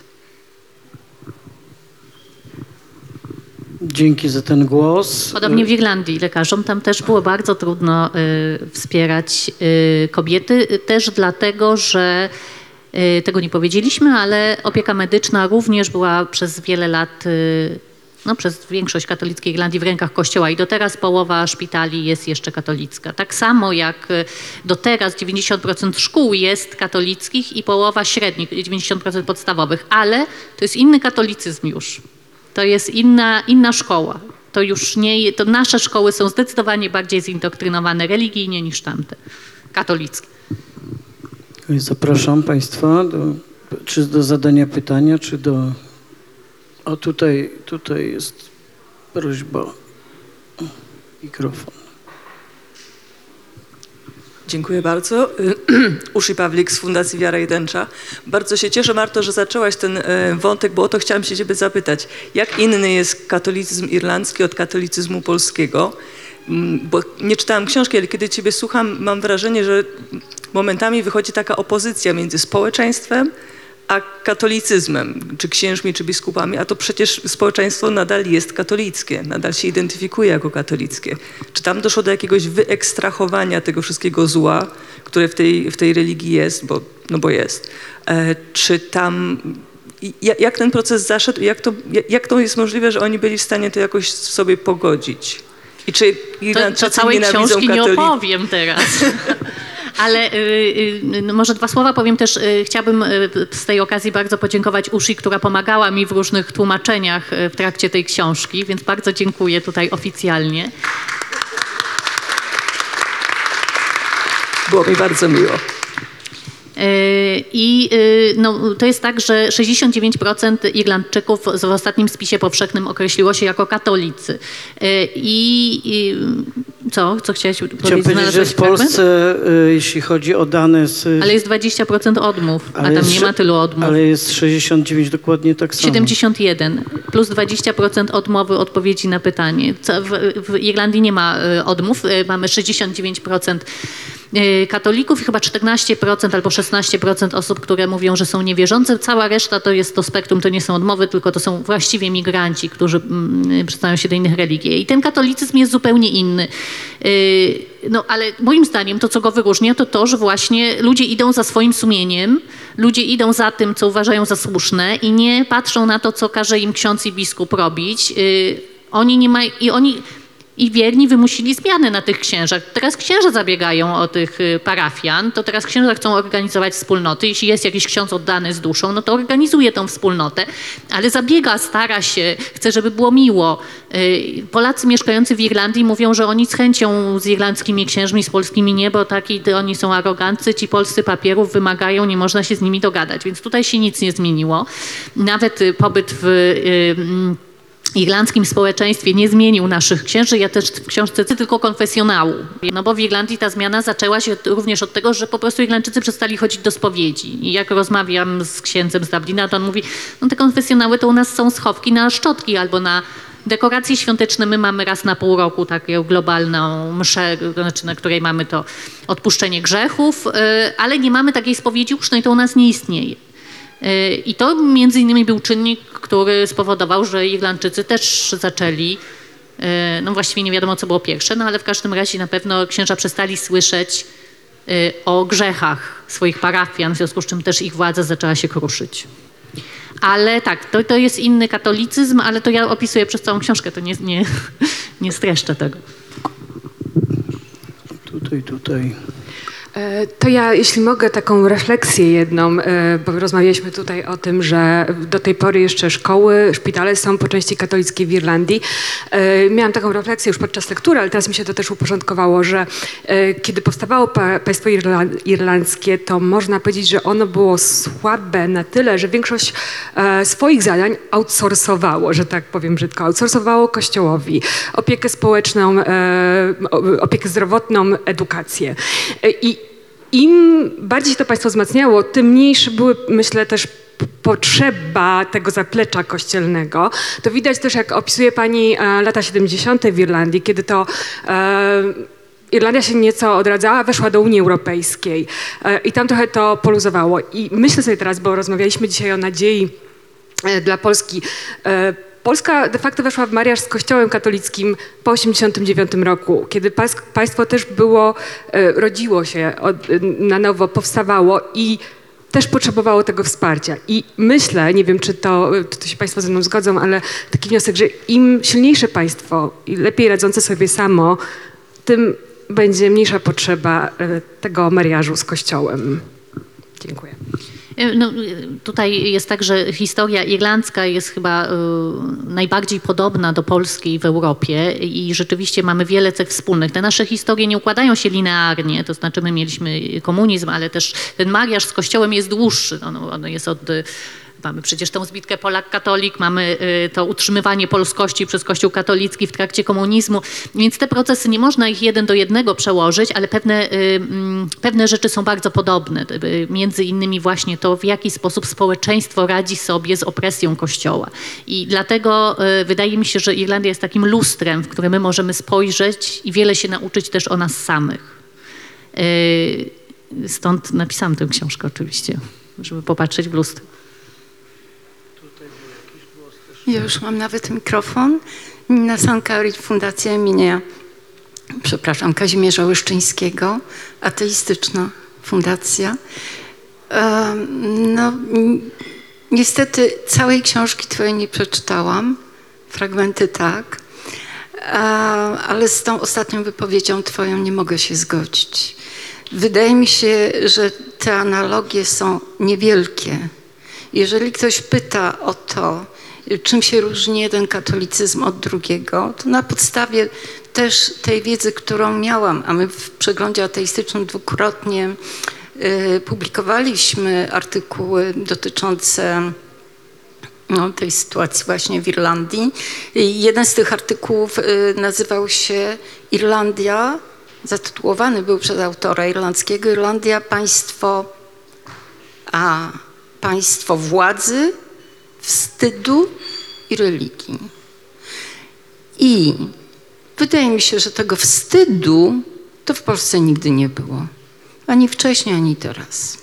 Dzięki za ten głos. Podobnie w Irlandii lekarzom tam też było bardzo trudno y, wspierać y, kobiety, też dlatego, że tego nie powiedzieliśmy, ale opieka medyczna również była przez wiele lat, no przez większość katolickiej Irlandii w rękach Kościoła i do teraz połowa szpitali jest jeszcze katolicka. Tak samo jak do teraz dziewięćdziesiąt procent szkół jest katolickich i połowa średnich, dziewięćdziesiąt procent podstawowych, ale to jest inny katolicyzm już. To jest inna, inna szkoła. To już nie, to nasze szkoły są zdecydowanie bardziej zindoktrynowane religijnie niż tamte, katolickie. Zapraszam Państwa do, czy do zadania pytania, czy do... O, tutaj, tutaj jest prośba. Mikrofon. Dziękuję bardzo. Uszy Pawlik z Fundacji Wiara i Tęcza. Bardzo się cieszę, Marto, że zaczęłaś ten wątek, bo o to chciałam się ciebie zapytać. Jak inny jest katolicyzm irlandzki od katolicyzmu polskiego? Bo nie czytałam książki, ale kiedy ciebie słucham, mam wrażenie, że momentami wychodzi taka opozycja między społeczeństwem a katolicyzmem, czy księżmi, czy biskupami, a to przecież społeczeństwo nadal jest katolickie, nadal się identyfikuje jako katolickie. Czy tam doszło do jakiegoś wyekstrahowania tego wszystkiego zła, które w tej, w tej religii jest, bo, no bo jest. E, czy tam, jak ten proces zaszedł, jak to, jak to jest możliwe, że oni byli w stanie to jakoś sobie pogodzić? I czy To, Irlandczycy to całej nienawidzą książki nie katolików? opowiem teraz. Ale y, y, no może dwa słowa powiem też. Y, chciałabym y, z tej okazji bardzo podziękować Usi, która pomagała mi w różnych tłumaczeniach y, w trakcie tej książki, więc bardzo dziękuję tutaj oficjalnie. Było mi bardzo miło. I no, to jest tak, że sześćdziesiąt dziewięć procent Irlandczyków w ostatnim spisie powszechnym określiło się jako katolicy. I, i co? Co chciałeś powiedzieć? Chciałem powiedzieć, że w Polsce, y, jeśli chodzi o dane z... Ale jest dwadzieścia procent odmów, a tam jest, nie ma tylu odmów. Ale jest sześćdziesiąt dziewięć dokładnie tak samo. siedemdziesiąt jeden plus dwadzieścia procent odmowy odpowiedzi na pytanie. Co w, w Irlandii nie ma y, odmów, y, mamy sześćdziesiąt dziewięć procent katolików i chyba czternaście procent albo szesnaście procent osób, które mówią, że są niewierzące. Cała reszta to jest to spektrum, to nie są odmowy, tylko to są właściwie migranci, którzy mm, przyznają się do innych religii. I ten katolicyzm jest zupełnie inny. Yy, no ale moim zdaniem to, co go wyróżnia, to to, że właśnie ludzie idą za swoim sumieniem, ludzie idą za tym, co uważają za słuszne i nie patrzą na to, co każe im ksiądz i biskup robić. Yy, oni nie mają... I oni... I wierni wymusili zmiany na tych księżach. Teraz księża zabiegają o tych parafian, to teraz księża chcą organizować wspólnoty. Jeśli jest jakiś ksiądz oddany z duszą, no to organizuje tą wspólnotę, ale zabiega, stara się, chce, żeby było miło. Polacy mieszkający w Irlandii mówią, że oni z chęcią z irlandzkimi księżmi, z polskimi nie, bo taki, oni są aroganccy, ci polscy papierów wymagają, nie można się z nimi dogadać. Więc tutaj się nic nie zmieniło. Nawet pobyt w irlandzkim społeczeństwie nie zmienił naszych księży. Ja też w książce tylko konfesjonału. No bo w Irlandii ta zmiana zaczęła się również od tego, że po prostu Irlandczycy przestali chodzić do spowiedzi. I jak rozmawiam z księdzem z Dublina, to on mówi, no te konfesjonały to u nas są schowki na szczotki albo na dekoracje świąteczne. My mamy raz na pół roku taką globalną mszę, znaczy na której mamy to odpuszczenie grzechów, ale nie mamy takiej spowiedzi ucznej, to u nas nie istnieje. I to między innymi był czynnik, który spowodował, że Irlandczycy też zaczęli, no właściwie nie wiadomo co było pierwsze, no ale w każdym razie na pewno księża przestali słyszeć o grzechach swoich parafian, w związku z czym też ich władza zaczęła się kruszyć. Ale tak, to, to jest inny katolicyzm, ale to ja opisuję przez całą książkę, to nie, nie, nie streszczę tego. Tutaj, tutaj. To ja, jeśli mogę, taką refleksję jedną, bo rozmawialiśmy tutaj o tym, że do tej pory jeszcze szkoły, szpitale są po części katolickie w Irlandii. Miałam taką refleksję już podczas lektury, ale teraz mi się to też uporządkowało, że kiedy powstawało państwo irlandzkie, to można powiedzieć, że ono było słabe na tyle, że większość swoich zadań outsourcowało, że tak powiem brzydko, outsourcowało Kościołowi. Opiekę społeczną, opiekę zdrowotną, edukację. I im bardziej się to państwo wzmacniało, tym mniejsze były, myślę, też potrzeba tego zaplecza kościelnego. To widać też, jak opisuje pani e, lata siedemdziesiąte w Irlandii, kiedy to e, Irlandia się nieco odradzała, weszła do Unii Europejskiej e, i tam trochę to poluzowało. I myślę sobie teraz, bo rozmawialiśmy dzisiaj o nadziei e, dla Polski, e, Polska de facto weszła w mariaż z Kościołem katolickim po osiemdziesiątym dziewiątym roku, kiedy państwo też było, rodziło się od, na nowo, powstawało i też potrzebowało tego wsparcia. I myślę, nie wiem, czy to, czy to się państwo ze mną zgodzą, ale taki wniosek, że im silniejsze państwo i lepiej radzące sobie samo, tym będzie mniejsza potrzeba tego mariażu z Kościołem. Dziękuję. No, tutaj jest tak, że historia irlandzka jest chyba y, najbardziej podobna do polskiej w Europie i rzeczywiście mamy wiele cech wspólnych. Te nasze historie nie układają się linearnie, to znaczy my mieliśmy komunizm, ale też ten mariaż z Kościołem jest dłuższy. On, on jest od... Mamy przecież tą zbitkę Polak-katolik, mamy y, to utrzymywanie polskości przez Kościół katolicki w trakcie komunizmu, więc te procesy nie można ich jeden do jednego przełożyć, ale pewne, y, y, pewne rzeczy są bardzo podobne. Y, między innymi właśnie to, w jaki sposób społeczeństwo radzi sobie z opresją Kościoła. I dlatego y, wydaje mi się, że Irlandia jest takim lustrem, w które my możemy spojrzeć i wiele się nauczyć też o nas samych. Y, stąd napisałam tę książkę oczywiście, żeby popatrzeć w lustro. Ja już mam nawet mikrofon. Nina Sankari, Fundacja imienia, przepraszam, Kazimierza Łyszczyńskiego, ateistyczna fundacja. No, niestety całej książki twojej nie przeczytałam, fragmenty tak. A, ale z tą ostatnią wypowiedzią twoją nie mogę się zgodzić. Wydaje mi się, że te analogie są niewielkie. Jeżeli ktoś pyta o to, czym się różni jeden katolicyzm od drugiego, to na podstawie też tej wiedzy, którą miałam, a my w przeglądzie ateistycznym dwukrotnie y, publikowaliśmy artykuły dotyczące no, tej sytuacji właśnie w Irlandii. I jeden z tych artykułów y, nazywał się Irlandia, zatytułowany był przez autora irlandzkiego, Irlandia państwo, a państwo władzy, wstydu i religii. I wydaje mi się, że tego wstydu to w Polsce nigdy nie było. Ani wcześniej, ani teraz.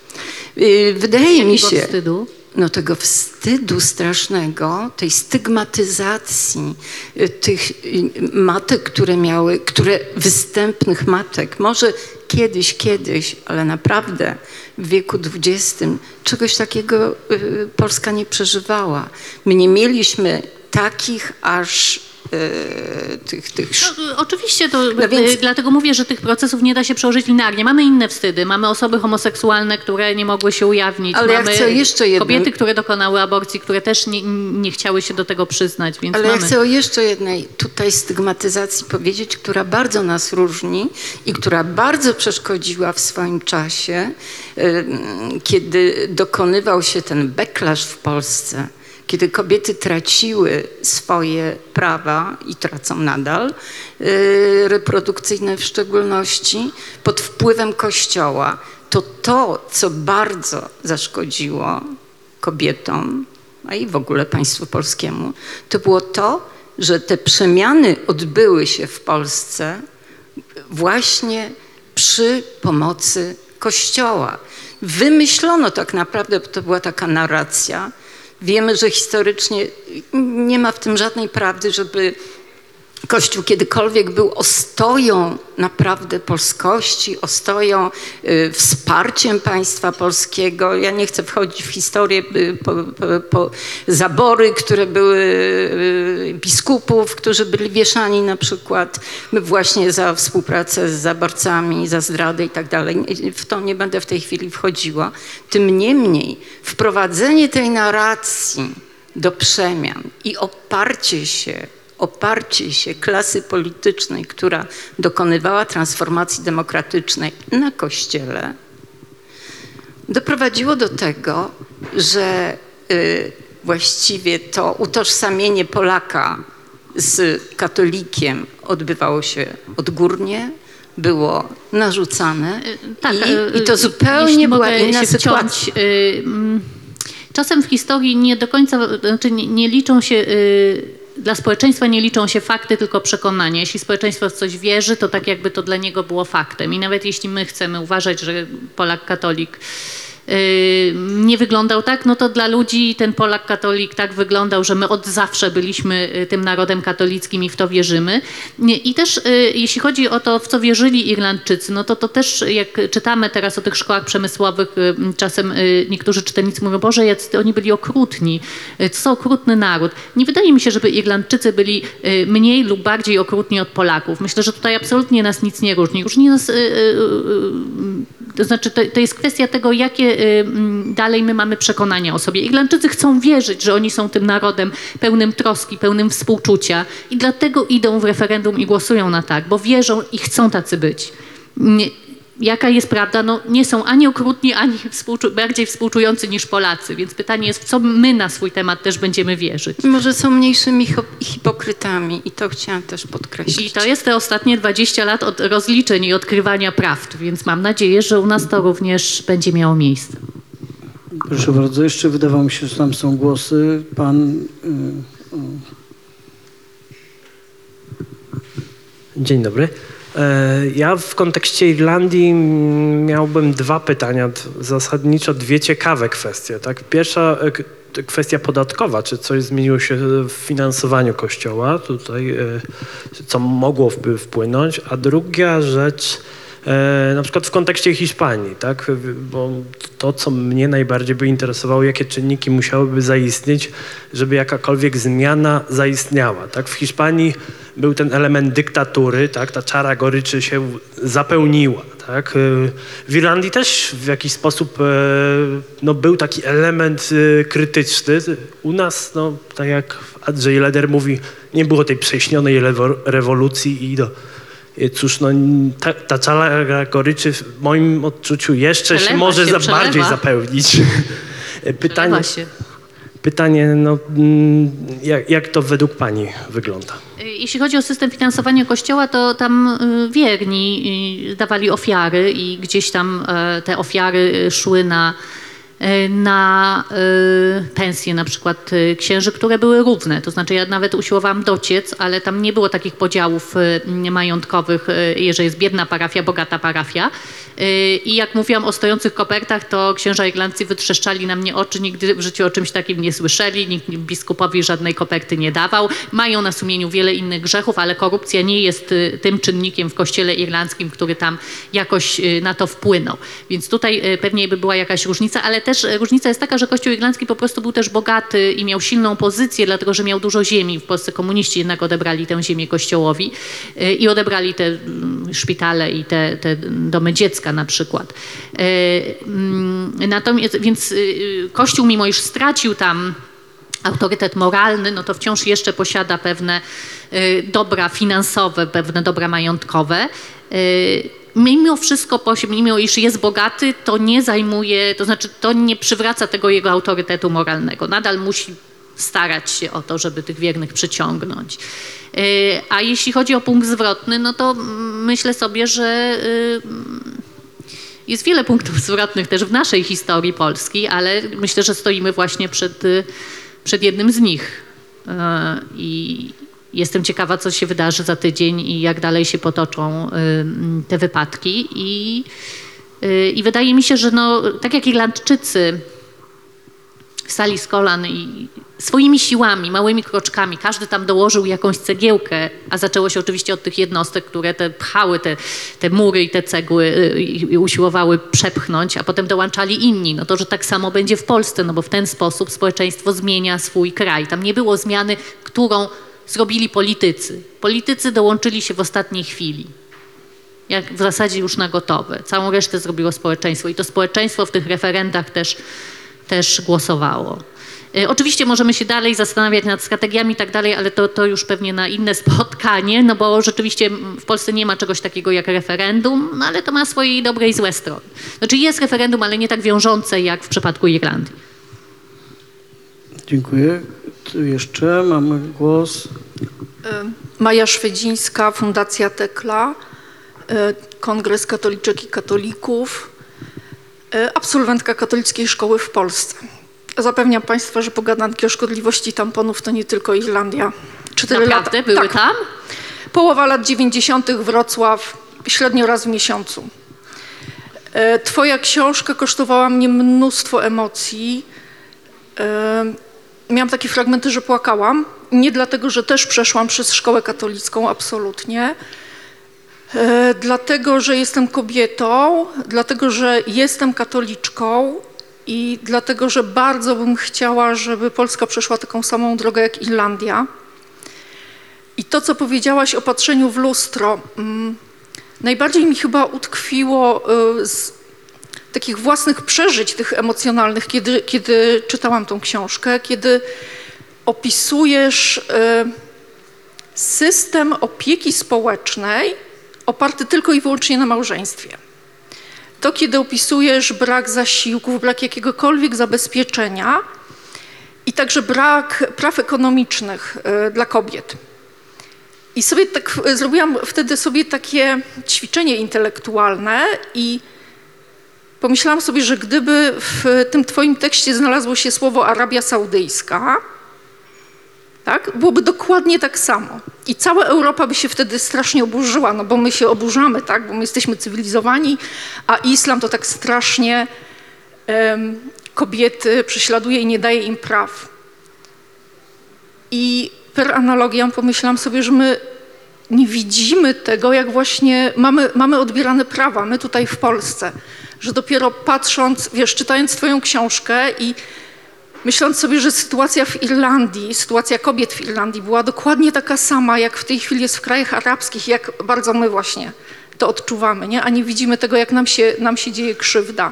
Wydaje mi się... wstydu? No tego wstydu strasznego, tej stygmatyzacji tych matek, które miały, które występnych matek, może kiedyś, kiedyś, ale naprawdę w wieku dwudziestym czegoś takiego Polska nie przeżywała. My nie mieliśmy takich aż Yy, tych, tych... No, oczywiście, to No więc... dlatego mówię, że tych procesów nie da się przełożyć linearnie. Mamy inne wstydy. Mamy osoby homoseksualne, które nie mogły się ujawnić. Ale mamy ja chcę jeszcze jednym... kobiety, które dokonały aborcji, które też nie, nie chciały się do tego przyznać. Więc Ale mamy... ja chcę o jeszcze jednej tutaj stygmatyzacji powiedzieć, która bardzo nas różni i która bardzo przeszkodziła w swoim czasie, yy, kiedy dokonywał się ten backlash w Polsce, kiedy kobiety traciły swoje prawa i tracą nadal, yy, reprodukcyjne w szczególności, pod wpływem Kościoła, to to, co bardzo zaszkodziło kobietom, a i w ogóle państwu polskiemu, to było to, że te przemiany odbyły się w Polsce właśnie przy pomocy Kościoła. Wymyślono tak naprawdę, bo to była taka narracja. Wiemy, że historycznie nie ma w tym żadnej prawdy, żeby Kościół kiedykolwiek był ostoją naprawdę polskości, ostoją, y, wsparciem państwa polskiego. Ja nie chcę wchodzić w historię y, po, po, po zabory, które były y, biskupów, którzy byli wieszani na przykład właśnie za współpracę z zaborcami, za zdradę i tak dalej. W to nie będę w tej chwili wchodziła. Tym niemniej wprowadzenie tej narracji do przemian i oparcie się oparcie się klasy politycznej, która dokonywała transformacji demokratycznej na Kościele, doprowadziło do tego, że y, właściwie to utożsamienie Polaka z katolikiem odbywało się odgórnie, było narzucane tak, i, i to zupełnie była inna się sytuacja. Wciąć, y, czasem w historii nie do końca, znaczy nie, nie liczą się... Y, Dla społeczeństwa nie liczą się fakty, tylko przekonania. Jeśli społeczeństwo w coś wierzy, to tak jakby to dla niego było faktem. I nawet jeśli my chcemy uważać, że Polak katolik yy, nie wyglądał tak, no to dla ludzi ten Polak katolik tak wyglądał, że my od zawsze byliśmy tym narodem katolickim i w to wierzymy. I też yy, jeśli chodzi o to, w co wierzyli Irlandczycy, no to to też jak czytamy teraz o tych szkołach przemysłowych, yy, czasem yy, niektórzy czytelnicy mówią, Boże, jacy oni byli okrutni, yy, to są okrutny naród. Nie wydaje mi się, żeby Irlandczycy byli yy, mniej lub bardziej okrutni od Polaków. Myślę, że tutaj absolutnie nas nic nie różni. Różni nas, yy, yy, to znaczy to, to jest kwestia tego, jakie dalej my mamy przekonania o sobie. Irlandczycy chcą wierzyć, że oni są tym narodem pełnym troski, pełnym współczucia i dlatego idą w referendum i głosują na tak, bo wierzą i chcą tacy być. Jaka jest prawda? No nie są ani okrutni, ani współczu- bardziej współczujący niż Polacy, więc pytanie jest, w co my na swój temat też będziemy wierzyć. Może są mniejszymi hipokrytami i to chciałam też podkreślić. I to jest te ostatnie dwadzieścia lat od rozliczeń i odkrywania prawd, więc mam nadzieję, że u nas to również będzie miało miejsce. Proszę bardzo, jeszcze wydawało mi się, że tam są głosy. Pan... Yy, Dzień dobry. Ja w kontekście Irlandii miałbym dwa pytania, zasadniczo dwie ciekawe kwestie. Tak? Pierwsza kwestia podatkowa, czy coś zmieniło się w finansowaniu Kościoła tutaj, co mogłoby wpłynąć, a druga rzecz E, na przykład w kontekście Hiszpanii, tak? Bo to, co mnie najbardziej by interesowało, jakie czynniki musiałyby zaistnieć, żeby jakakolwiek zmiana zaistniała, tak? W Hiszpanii był ten element dyktatury, tak? Ta czara goryczy się zapełniła, tak? W Irlandii też w jakiś sposób no, był taki element krytyczny. U nas, no, tak jak Andrzej Leder mówi, nie było tej prześnionej rewolucji i do, cóż, no, ta, ta czara goryczy w moim odczuciu jeszcze Przelewa się może się, za przelewa. bardziej zapełnić. Pytanie, Przelewa się. pytanie no, jak, jak to według pani wygląda? Jeśli chodzi o system finansowania Kościoła, to tam y, wierni y, dawali ofiary i gdzieś tam y, te ofiary szły na, y, na y, pensje na przykład y, księży, które były równe. To znaczy ja nawet usiłowałam dociec, ale tam nie było takich podziałów y, majątkowych, y, jeżeli jest biedna parafia, bogata parafia. Y, I jak mówiłam o stojących kopertach, to księża irlandzcy wytrzeszczali na mnie oczy, nigdy w życiu o czymś takim nie słyszeli, nikt biskupowi żadnej koperty nie dawał. Mają na sumieniu wiele innych grzechów, ale korupcja nie jest y, tym czynnikiem w kościele irlandzkim, który tam jakoś y, na to wpłynął. Więc tutaj y, pewnie by była jakaś różnica, ale też y, różnica jest taka, że kościół irlandzki po prostu był też bogaty i miał silną pozycję, dlatego że miał dużo ziemi. W Polsce komuniści jednak odebrali tę ziemię kościołowi y, i odebrali te y, szpitale i te, te domy dziecka na przykład. Y, y, natomiast, więc y, Kościół, mimo iż stracił tam autorytet moralny, no to wciąż jeszcze posiada pewne y, dobra finansowe, pewne dobra majątkowe. Y, mimo wszystko, mimo iż jest bogaty, to nie zajmuje, to znaczy to nie przywraca tego jego autorytetu moralnego. Nadal musi starać się o to, żeby tych wiernych przyciągnąć. Y, a jeśli chodzi o punkt zwrotny, no to myślę sobie, że y, jest wiele punktów zwrotnych też w naszej historii Polski, ale myślę, że stoimy właśnie przed, przed jednym z nich. I jestem ciekawa, co się wydarzy za tydzień i jak dalej się potoczą te wypadki. I, i wydaje mi się, że no, tak jak Irlandczycy wstali z kolan i swoimi siłami, małymi kroczkami, każdy tam dołożył jakąś cegiełkę, a zaczęło się oczywiście od tych jednostek, które te pchały te, te mury i te cegły i, i usiłowały przepchnąć, a potem dołączali inni. No to, że tak samo będzie w Polsce, no bo w ten sposób społeczeństwo zmienia swój kraj. Tam nie było zmiany, którą zrobili politycy. Politycy dołączyli się w ostatniej chwili. Jak w zasadzie już na gotowe. Całą resztę zrobiło społeczeństwo i to społeczeństwo w tych referendach też, też głosowało. Oczywiście możemy się dalej zastanawiać nad strategiami i tak dalej, ale to, to już pewnie na inne spotkanie, no bo rzeczywiście w Polsce nie ma czegoś takiego jak referendum, no ale to ma swoje dobre i złe strony. Znaczy jest referendum, ale nie tak wiążące jak w przypadku Irlandii. Dziękuję. Tu jeszcze mamy głos. Maja Szwedzińska, Fundacja Tekla, Kongres Katoliczek i Katolików, absolwentka katolickiej szkoły w Polsce. Zapewniam Państwa, że pogadanki o szkodliwości tamponów to nie tylko Irlandia. Cztery Naprawdę? lata. Były tak. tam? Połowa lat dziewięćdziesiątych Wrocław, średnio raz w miesiącu. Twoja książka kosztowała mnie mnóstwo emocji. Miałam takie fragmenty, że płakałam. Nie dlatego, że też przeszłam przez szkołę katolicką, absolutnie. Dlatego, że jestem kobietą, dlatego, że jestem katoliczką i dlatego, że bardzo bym chciała, żeby Polska przeszła taką samą drogę jak Irlandia. I to, co powiedziałaś o patrzeniu w lustro, mm, najbardziej mi chyba utkwiło y, z takich własnych przeżyć, tych emocjonalnych, kiedy, kiedy czytałam tą książkę, kiedy opisujesz y, system opieki społecznej oparty tylko i wyłącznie na małżeństwie. To, kiedy opisujesz brak zasiłków, brak jakiegokolwiek zabezpieczenia i także brak praw ekonomicznych y, dla kobiet. I sobie tak zrobiłam wtedy sobie takie ćwiczenie intelektualne i pomyślałam sobie, że gdyby w tym twoim tekście znalazło się słowo Arabia Saudyjska, tak, byłoby dokładnie tak samo. I cała Europa by się wtedy strasznie oburzyła, no bo my się oburzamy, tak, bo my jesteśmy cywilizowani, a islam to tak strasznie um, kobiety prześladuje i nie daje im praw. I per analogią pomyślałam sobie, że my nie widzimy tego, jak właśnie mamy, mamy odbierane prawa, my tutaj w Polsce, że dopiero patrząc, wiesz, czytając twoją książkę i myśląc sobie, że sytuacja w Irlandii, sytuacja kobiet w Irlandii była dokładnie taka sama, jak w tej chwili jest w krajach arabskich, jak bardzo my właśnie to odczuwamy, nie? A nie widzimy tego, jak nam się, nam się dzieje krzywda.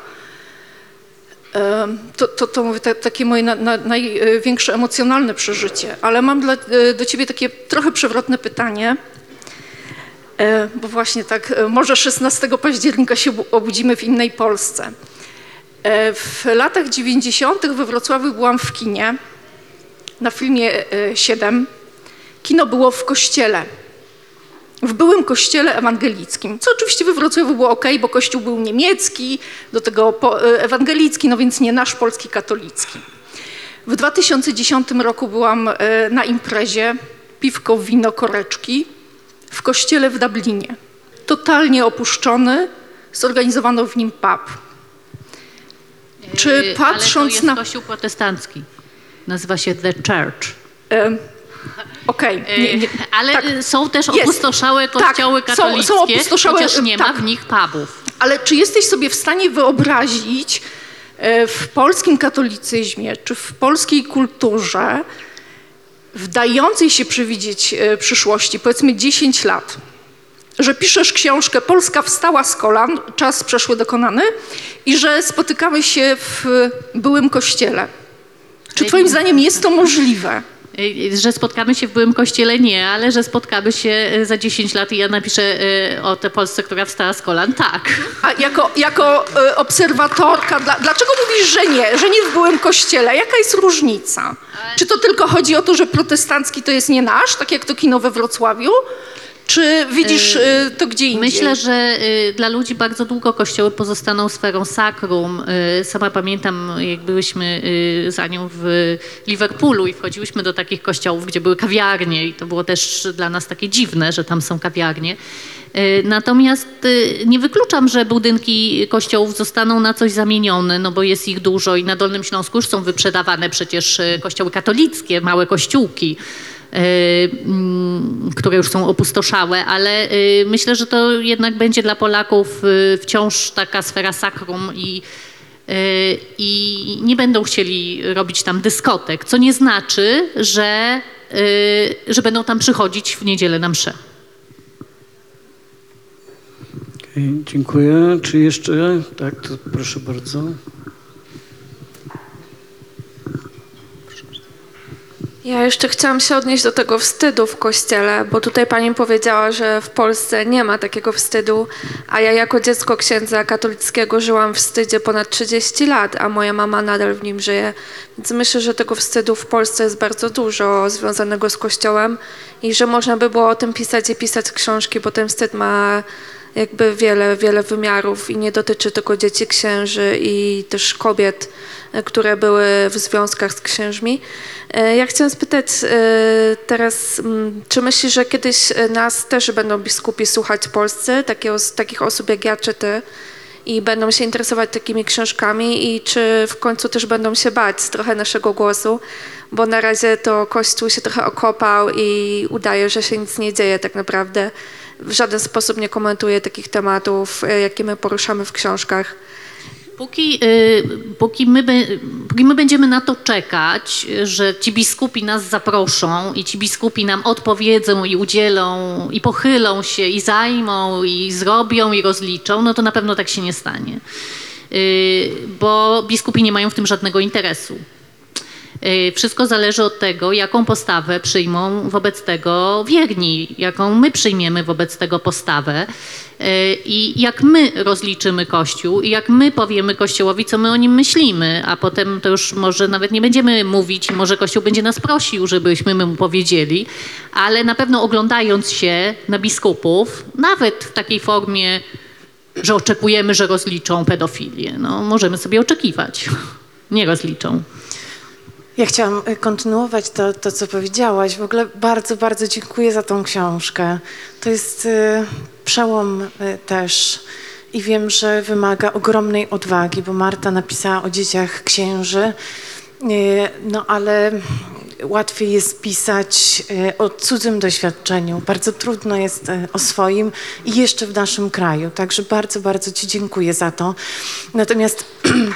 To, to, to mówię, te, takie moje na, na, największe emocjonalne przeżycie. Ale mam dla, do ciebie takie trochę przewrotne pytanie, bo właśnie tak, może szesnastego października się obudzimy w innej Polsce. W latach dziewięćdziesiątych we Wrocławiu byłam w kinie, na filmie siedem. Kino było w kościele, w byłym kościele ewangelickim, co oczywiście we Wrocławiu było ok, bo kościół był niemiecki, do tego ewangelicki, no więc nie nasz polski katolicki. W dwa tysiące dziesiątym roku byłam na imprezie, piwko, wino, koreczki, w kościele w Dublinie. Totalnie opuszczony, zorganizowano w nim pub. Czy patrząc Ale to jest na... kościół protestancki. Nazywa się The Church. Um, Okej. Okay. Ale tak. są też Jest. opustoszałe kościoły tak. katolickie, są, są opustoszałe, chociaż nie tak. ma w nich pubów. Ale czy jesteś sobie w stanie wyobrazić w polskim katolicyzmie, czy w polskiej kulturze, wdającej się przewidzieć przyszłości, powiedzmy dziesięć lat, że piszesz książkę Polska wstała z kolan, czas przeszły dokonany i że spotykamy się w byłym kościele. Czy twoim zdaniem jest to możliwe? Że spotkamy się w byłym kościele nie, ale że spotkamy się za dziesięć lat i ja napiszę o tej Polsce, która wstała z kolan, tak. A jako, jako obserwatorka, dla, dlaczego mówisz, że nie, że nie w byłym kościele? Jaka jest różnica? Czy to tylko chodzi o to, że protestancki to jest nie nasz, tak jak to kino we Wrocławiu? Czy widzisz y, to gdzie indziej? Myślę, że y, dla ludzi bardzo długo kościoły pozostaną sferą sakrum. Y, sama pamiętam, jak byłyśmy y, za nią w Liverpoolu i wchodziłyśmy do takich kościołów, gdzie były kawiarnie i to było też dla nas takie dziwne, że tam są kawiarnie. Y, natomiast y, nie wykluczam, że budynki kościołów zostaną na coś zamienione, no bo jest ich dużo i na Dolnym Śląsku już są wyprzedawane przecież y, kościoły katolickie, małe kościółki, które już są opustoszałe, ale myślę, że to jednak będzie dla Polaków wciąż taka sfera sakrum i, i nie będą chcieli robić tam dyskotek, co nie znaczy, że, że będą tam przychodzić w niedzielę na mszę. Okay, dziękuję. Czy jeszcze? Tak, to proszę bardzo. Ja jeszcze chciałam się odnieść do tego wstydu w kościele, bo tutaj pani powiedziała, że w Polsce nie ma takiego wstydu, a ja jako dziecko księdza katolickiego żyłam w wstydzie ponad trzydzieści lat, a moja mama nadal w nim żyje. Więc myślę, że tego wstydu w Polsce jest bardzo dużo związanego z kościołem i że można by było o tym pisać i pisać książki, bo ten wstyd ma jakby wiele, wiele wymiarów i nie dotyczy tylko dzieci księży i też kobiet, które były w związkach z księżmi. Ja chciałam spytać teraz, czy myślisz, że kiedyś nas też będą biskupi słuchać polscy, takie, takich osób jak ja czy ty, i będą się interesować takimi książkami i czy w końcu też będą się bać trochę naszego głosu, bo na razie to Kościół się trochę okopał i udaje, że się nic nie dzieje tak naprawdę. W żaden sposób nie komentuje takich tematów, jakie my poruszamy w książkach. Póki, póki, my, póki my będziemy na to czekać, że ci biskupi nas zaproszą i ci biskupi nam odpowiedzą i udzielą i pochylą się i zajmą i zrobią i rozliczą, no to na pewno tak się nie stanie. Bo biskupi nie mają w tym żadnego interesu. Wszystko zależy od tego, jaką postawę przyjmą wobec tego wierni, jaką my przyjmiemy wobec tego postawę i jak my rozliczymy Kościół i jak my powiemy Kościołowi, co my o nim myślimy, a potem to już może nawet nie będziemy mówić, może Kościół będzie nas prosił, żebyśmy mu powiedzieli, ale na pewno oglądając się na biskupów, nawet w takiej formie, że oczekujemy, że rozliczą pedofilię, no możemy sobie oczekiwać, nie rozliczą. Ja chciałam kontynuować to, to, co powiedziałaś. W ogóle bardzo, bardzo dziękuję za tą książkę. To jest y, przełom y, też i wiem, że wymaga ogromnej odwagi, bo Marta napisała o dzieciach księży, y, no ale łatwiej jest pisać y, o cudzym doświadczeniu, bardzo trudno jest y, o swoim i jeszcze w naszym kraju. Także bardzo, bardzo Ci dziękuję za to. Natomiast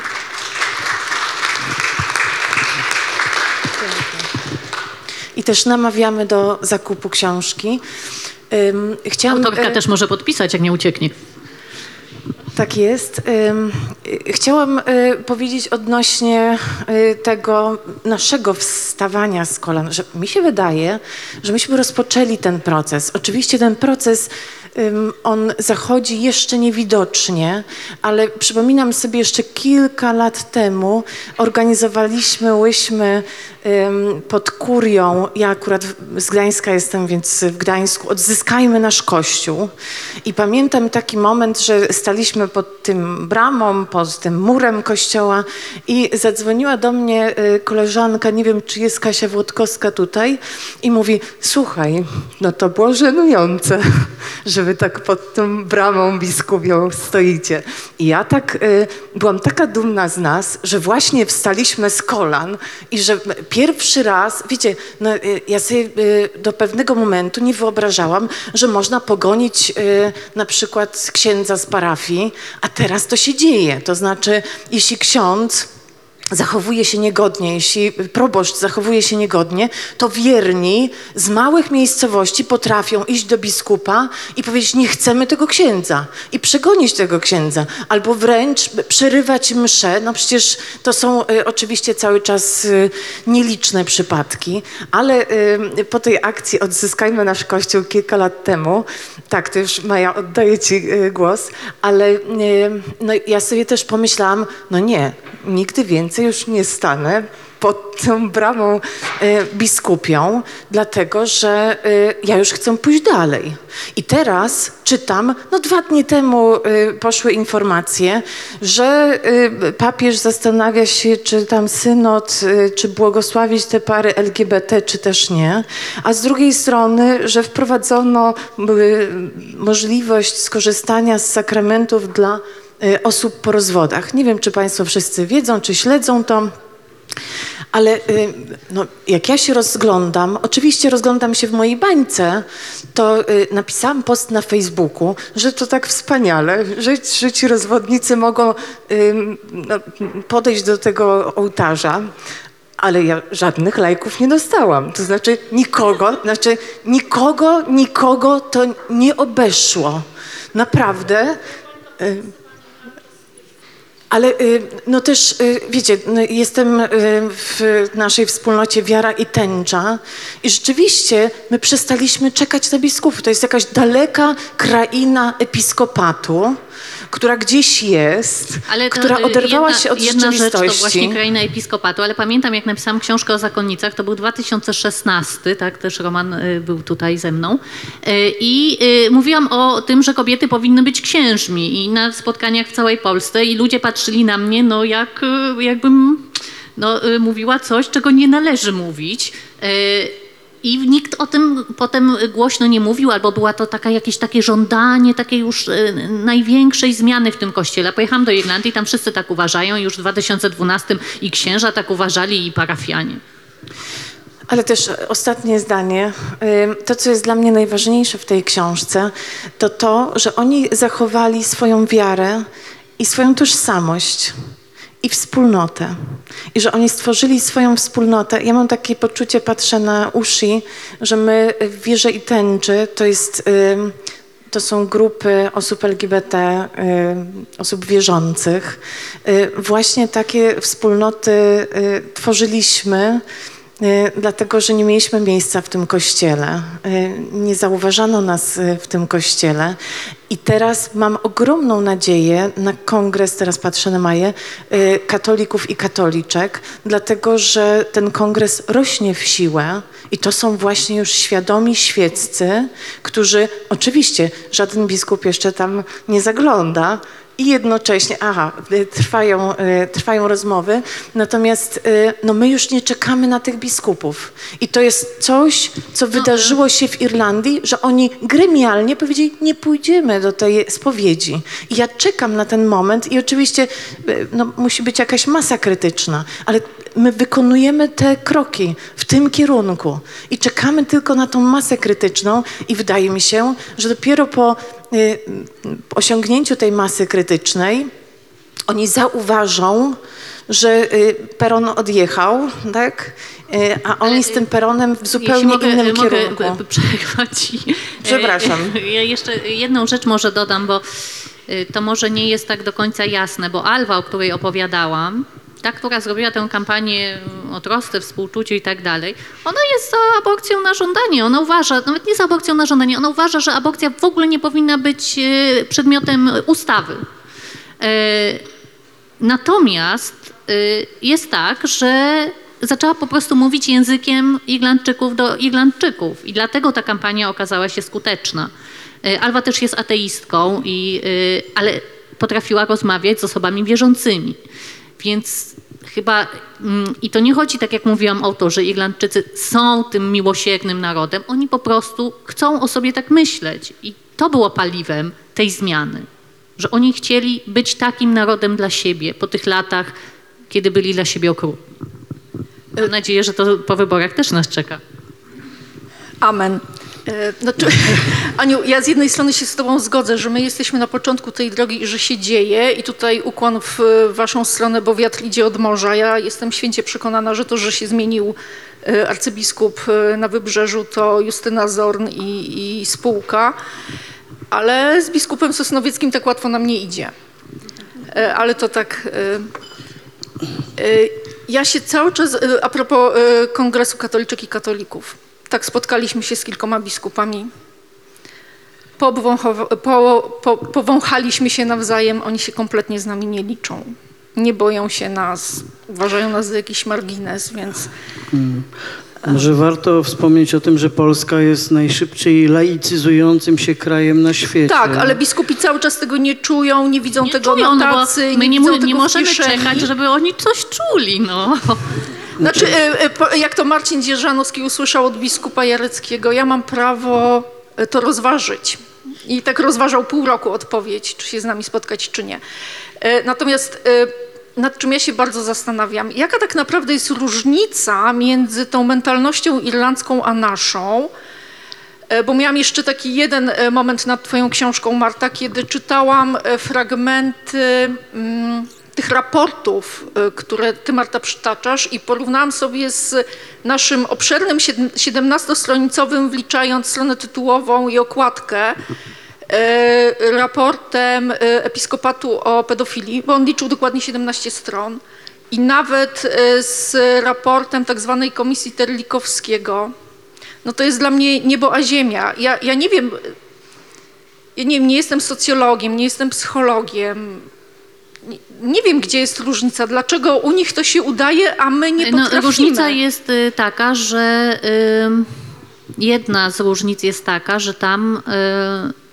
i też namawiamy do zakupu książki. Ym, chciałam, Autorka y, też może podpisać, jak nie ucieknie. Tak jest. Ym, y, Chciałam y, powiedzieć odnośnie y, tego naszego wstawania z kolan, że mi się wydaje, że myśmy rozpoczęli ten proces. Oczywiście ten proces ym, on zachodzi jeszcze niewidocznie, ale przypominam sobie jeszcze kilka lat temu organizowaliśmy łyśmy ym, pod kurią, ja akurat z Gdańska jestem, więc w Gdańsku, Odzyskajmy nasz Kościół. I pamiętam taki moment, że staliśmy pod tym bramą, pod tym murem kościoła i zadzwoniła do mnie y, koleżanka, nie wiem, czy jest Kasia Włodkowska tutaj, i mówi: słuchaj, no to było żenujące, że wy tak pod tą bramą biskupią stoicie. I ja tak y, byłam taka dumna z nas, że właśnie wstaliśmy z kolan i że pierwszy raz, wiecie, no, y, ja sobie y, do pewnego momentu nie wyobrażałam, że można pogonić y, na przykład księdza z parafii, a teraz to się dzieje. To znaczy, jeśli ksiądz zachowuje się niegodnie, jeśli proboszcz zachowuje się niegodnie, to wierni z małych miejscowości potrafią iść do biskupa i powiedzieć: nie chcemy tego księdza, i przegonić tego księdza, albo wręcz przerywać mszę. No przecież to są y, oczywiście cały czas y, nieliczne przypadki, ale y, po tej akcji Odzyskajmy nasz Kościół kilka lat temu, tak, to już Maja, oddaję Ci y, głos, ale y, no, ja sobie też pomyślałam, no nie, nigdy więcej już nie stanę pod tą bramą y, biskupią, dlatego że y, ja już chcę pójść dalej. I teraz czytam, no dwa dni temu y, poszły informacje, że y, papież zastanawia się, czy tam synod, y, czy błogosławić te pary L G B T, czy też nie. A z drugiej strony, że wprowadzono y, możliwość skorzystania z sakramentów dla y, osób po rozwodach. Nie wiem, czy Państwo wszyscy wiedzą, czy śledzą to. Ale no, jak ja się rozglądam, oczywiście rozglądam się w mojej bańce, to y, napisałam post na Facebooku, że to tak wspaniale, że, że ci rozwodnicy mogą y, no, podejść do tego ołtarza, ale ja żadnych lajków nie dostałam. To znaczy nikogo, znaczy nikogo, nikogo to nie obeszło. Naprawdę. Y, Ale no też, wiecie, no jestem w naszej wspólnocie Wiara i Tęcza i rzeczywiście my przestaliśmy czekać na biskupów. To jest jakaś daleka kraina episkopatu, która gdzieś jest, ale to, która oderwała jedna, się od jedna rzeczywistości. Rzecz to właśnie kraina episkopatu, ale pamiętam, jak napisałam książkę o zakonnicach, to był dwa tysiące szesnasty, tak, też Roman y, był tutaj ze mną, y, i y, mówiłam o tym, że kobiety powinny być księżmi i na spotkaniach w całej Polsce i ludzie patrzyli na mnie, no jak, y, jakbym no, y, mówiła coś, czego nie należy mówić. Y, I nikt o tym potem głośno nie mówił, albo była to taka, jakieś takie żądanie takiej już y, największej zmiany w tym kościele. Pojechałam do Irlandii, tam wszyscy tak uważają, już w dwa tysiące dwunastym i księża tak uważali, i parafianie. Ale też ostatnie zdanie. To, co jest dla mnie najważniejsze w tej książce, to to, że oni zachowali swoją wiarę i swoją tożsamość i wspólnotę. I że oni stworzyli swoją wspólnotę. Ja mam takie poczucie, patrzę na Uszy, że my w Wierze i Tęczy to jest... To są grupy osób L G B T, osób wierzących. Właśnie takie wspólnoty tworzyliśmy, dlatego że nie mieliśmy miejsca w tym kościele. Nie zauważano nas w tym kościele. I teraz mam ogromną nadzieję na kongres, teraz patrzę na Maję, katolików i katoliczek, dlatego że ten kongres rośnie w siłę i to są właśnie już świadomi świeccy, którzy, oczywiście żaden biskup jeszcze tam nie zagląda, i jednocześnie, aha, trwają, trwają rozmowy, natomiast no, my już nie czekamy na tych biskupów. I to jest coś, co wydarzyło się w Irlandii, że oni gremialnie powiedzieli: nie pójdziemy do tej spowiedzi. I ja czekam na ten moment i oczywiście no, musi być jakaś masa krytyczna, ale my wykonujemy te kroki w tym kierunku i czekamy tylko na tą masę krytyczną i wydaje mi się, że dopiero po y, osiągnięciu tej masy krytycznej oni zauważą, że y, peron odjechał, tak? Y, a oni Ale, z tym peronem w zupełnie mogę, innym mogę kierunku. Mogę przerwać i... Przepraszam. Ja jeszcze jedną rzecz może dodam, bo to może nie jest tak do końca jasne, bo Alwa, o której opowiadałam, ta, która zrobiła tę kampanię o trosce, współczuciu i tak dalej, ona jest za aborcją na żądanie. Ona uważa, nawet nie za aborcją na żądanie, ona uważa, że aborcja w ogóle nie powinna być przedmiotem ustawy. Natomiast jest tak, że zaczęła po prostu mówić językiem Irlandczyków do Irlandczyków i dlatego ta kampania okazała się skuteczna. Alwa też jest ateistką, i, ale potrafiła rozmawiać z osobami wierzącymi. Więc chyba, i to nie chodzi, tak jak mówiłam o to, że Irlandczycy są tym miłosiernym narodem, oni po prostu chcą o sobie tak myśleć. I to było paliwem tej zmiany, że oni chcieli być takim narodem dla siebie po tych latach, kiedy byli dla siebie okrutni. Mam nadzieję, że to po wyborach też nas czeka. Amen. Znaczy, Aniu, ja z jednej strony się z tobą zgodzę, że my jesteśmy na początku tej drogi i że się dzieje i tutaj ukłon w waszą stronę, bo wiatr idzie od morza. Ja jestem święcie przekonana, że to, że się zmienił arcybiskup na Wybrzeżu, to Justyna Zorn i, i spółka, ale z biskupem Sosnowieckim tak łatwo nam nie idzie. Ale to tak... Ja się cały czas, a propos Kongresu Katoliczek i Katolików, tak spotkaliśmy się z kilkoma biskupami, Pobwąchowa- po, po, powąchaliśmy się nawzajem, oni się kompletnie z nami nie liczą. Nie boją się nas, uważają nas za jakiś margines, więc... Hmm. Może warto wspomnieć o tym, że Polska jest najszybciej laicyzującym się krajem na świecie. Tak, ale biskupi cały czas tego nie czują, nie widzą Nie tego czują, na no bo tacy, my nie, widzą nie tego możemy w kieszeni. czekać, żeby oni coś czuli, no. Znaczy, jak to Marcin Dzierżanowski usłyszał od biskupa Jareckiego, ja mam prawo to rozważyć. I tak rozważał pół roku odpowiedź, czy się z nami spotkać, czy nie. Natomiast nad czym ja się bardzo zastanawiam, jaka tak naprawdę jest różnica między tą mentalnością irlandzką a naszą, bo miałam jeszcze taki jeden moment nad twoją książką, Marta, kiedy czytałam fragmenty mm, tych raportów, które ty, Marta, przytaczasz i porównałam sobie z naszym obszernym siedemnastostronicowym, wliczając stronę tytułową i okładkę, raportem Episkopatu o pedofilii, bo on liczył dokładnie siedemnaście stron i nawet z raportem tak zwanej Komisji Terlikowskiego. No to jest dla mnie niebo a ziemia. Ja, ja nie wiem, ja nie, nie jestem socjologiem, nie jestem psychologiem. Nie, nie wiem, gdzie jest różnica. Dlaczego u nich to się udaje, a my nie potrafimy? No, różnica jest taka, że y, jedna z różnic jest taka, że tam y,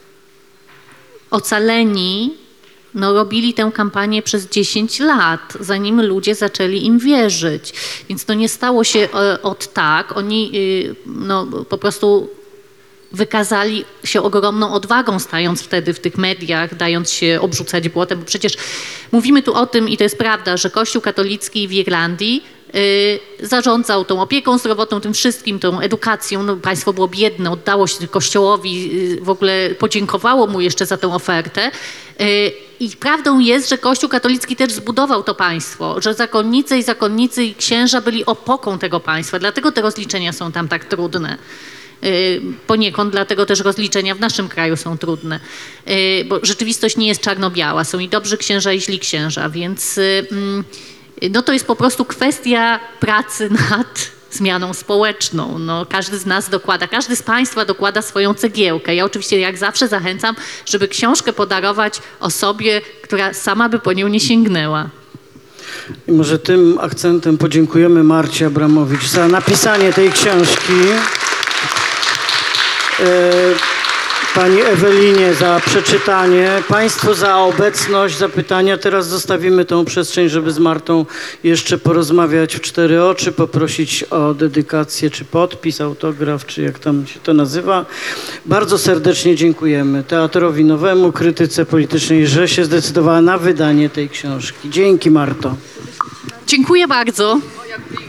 ocaleni no, robili tę kampanię przez dziesięć lat, zanim ludzie zaczęli im wierzyć. Więc to nie stało się od tak. Oni y, no, po prostu wykazali się ogromną odwagą, stając wtedy w tych mediach, dając się obrzucać błotem, bo przecież mówimy tu o tym, i to jest prawda, że Kościół katolicki w Irlandii y, zarządzał tą opieką zdrowotną, tym wszystkim, tą edukacją. No, państwo było biedne, oddało się Kościołowi, y, w ogóle podziękowało mu jeszcze za tę ofertę. Y, I prawdą jest, że Kościół katolicki też zbudował to państwo, że zakonnice i zakonnicy i księża byli opoką tego państwa, dlatego te rozliczenia są tam tak trudne. Poniekąd dlatego też rozliczenia w naszym kraju są trudne, bo rzeczywistość nie jest czarno-biała, są i dobrzy księża i źli księża, więc no to jest po prostu kwestia pracy nad zmianą społeczną. No, każdy z nas dokłada, każdy z państwa dokłada swoją cegiełkę. Ja oczywiście jak zawsze zachęcam, żeby książkę podarować osobie, która sama by po nią nie sięgnęła. I może tym akcentem podziękujemy Marcie Abramowicz za napisanie tej książki. Pani Ewelinie za przeczytanie, Państwu za obecność, za pytania. Teraz zostawimy tą przestrzeń, żeby z Martą jeszcze porozmawiać w cztery oczy, poprosić o dedykację, czy podpis, autograf, czy jak tam się to nazywa. Bardzo serdecznie dziękujemy Teatrowi Nowemu, Krytyce Politycznej, że się zdecydowała na wydanie tej książki. Dzięki, Marto. Dziękuję bardzo. jakby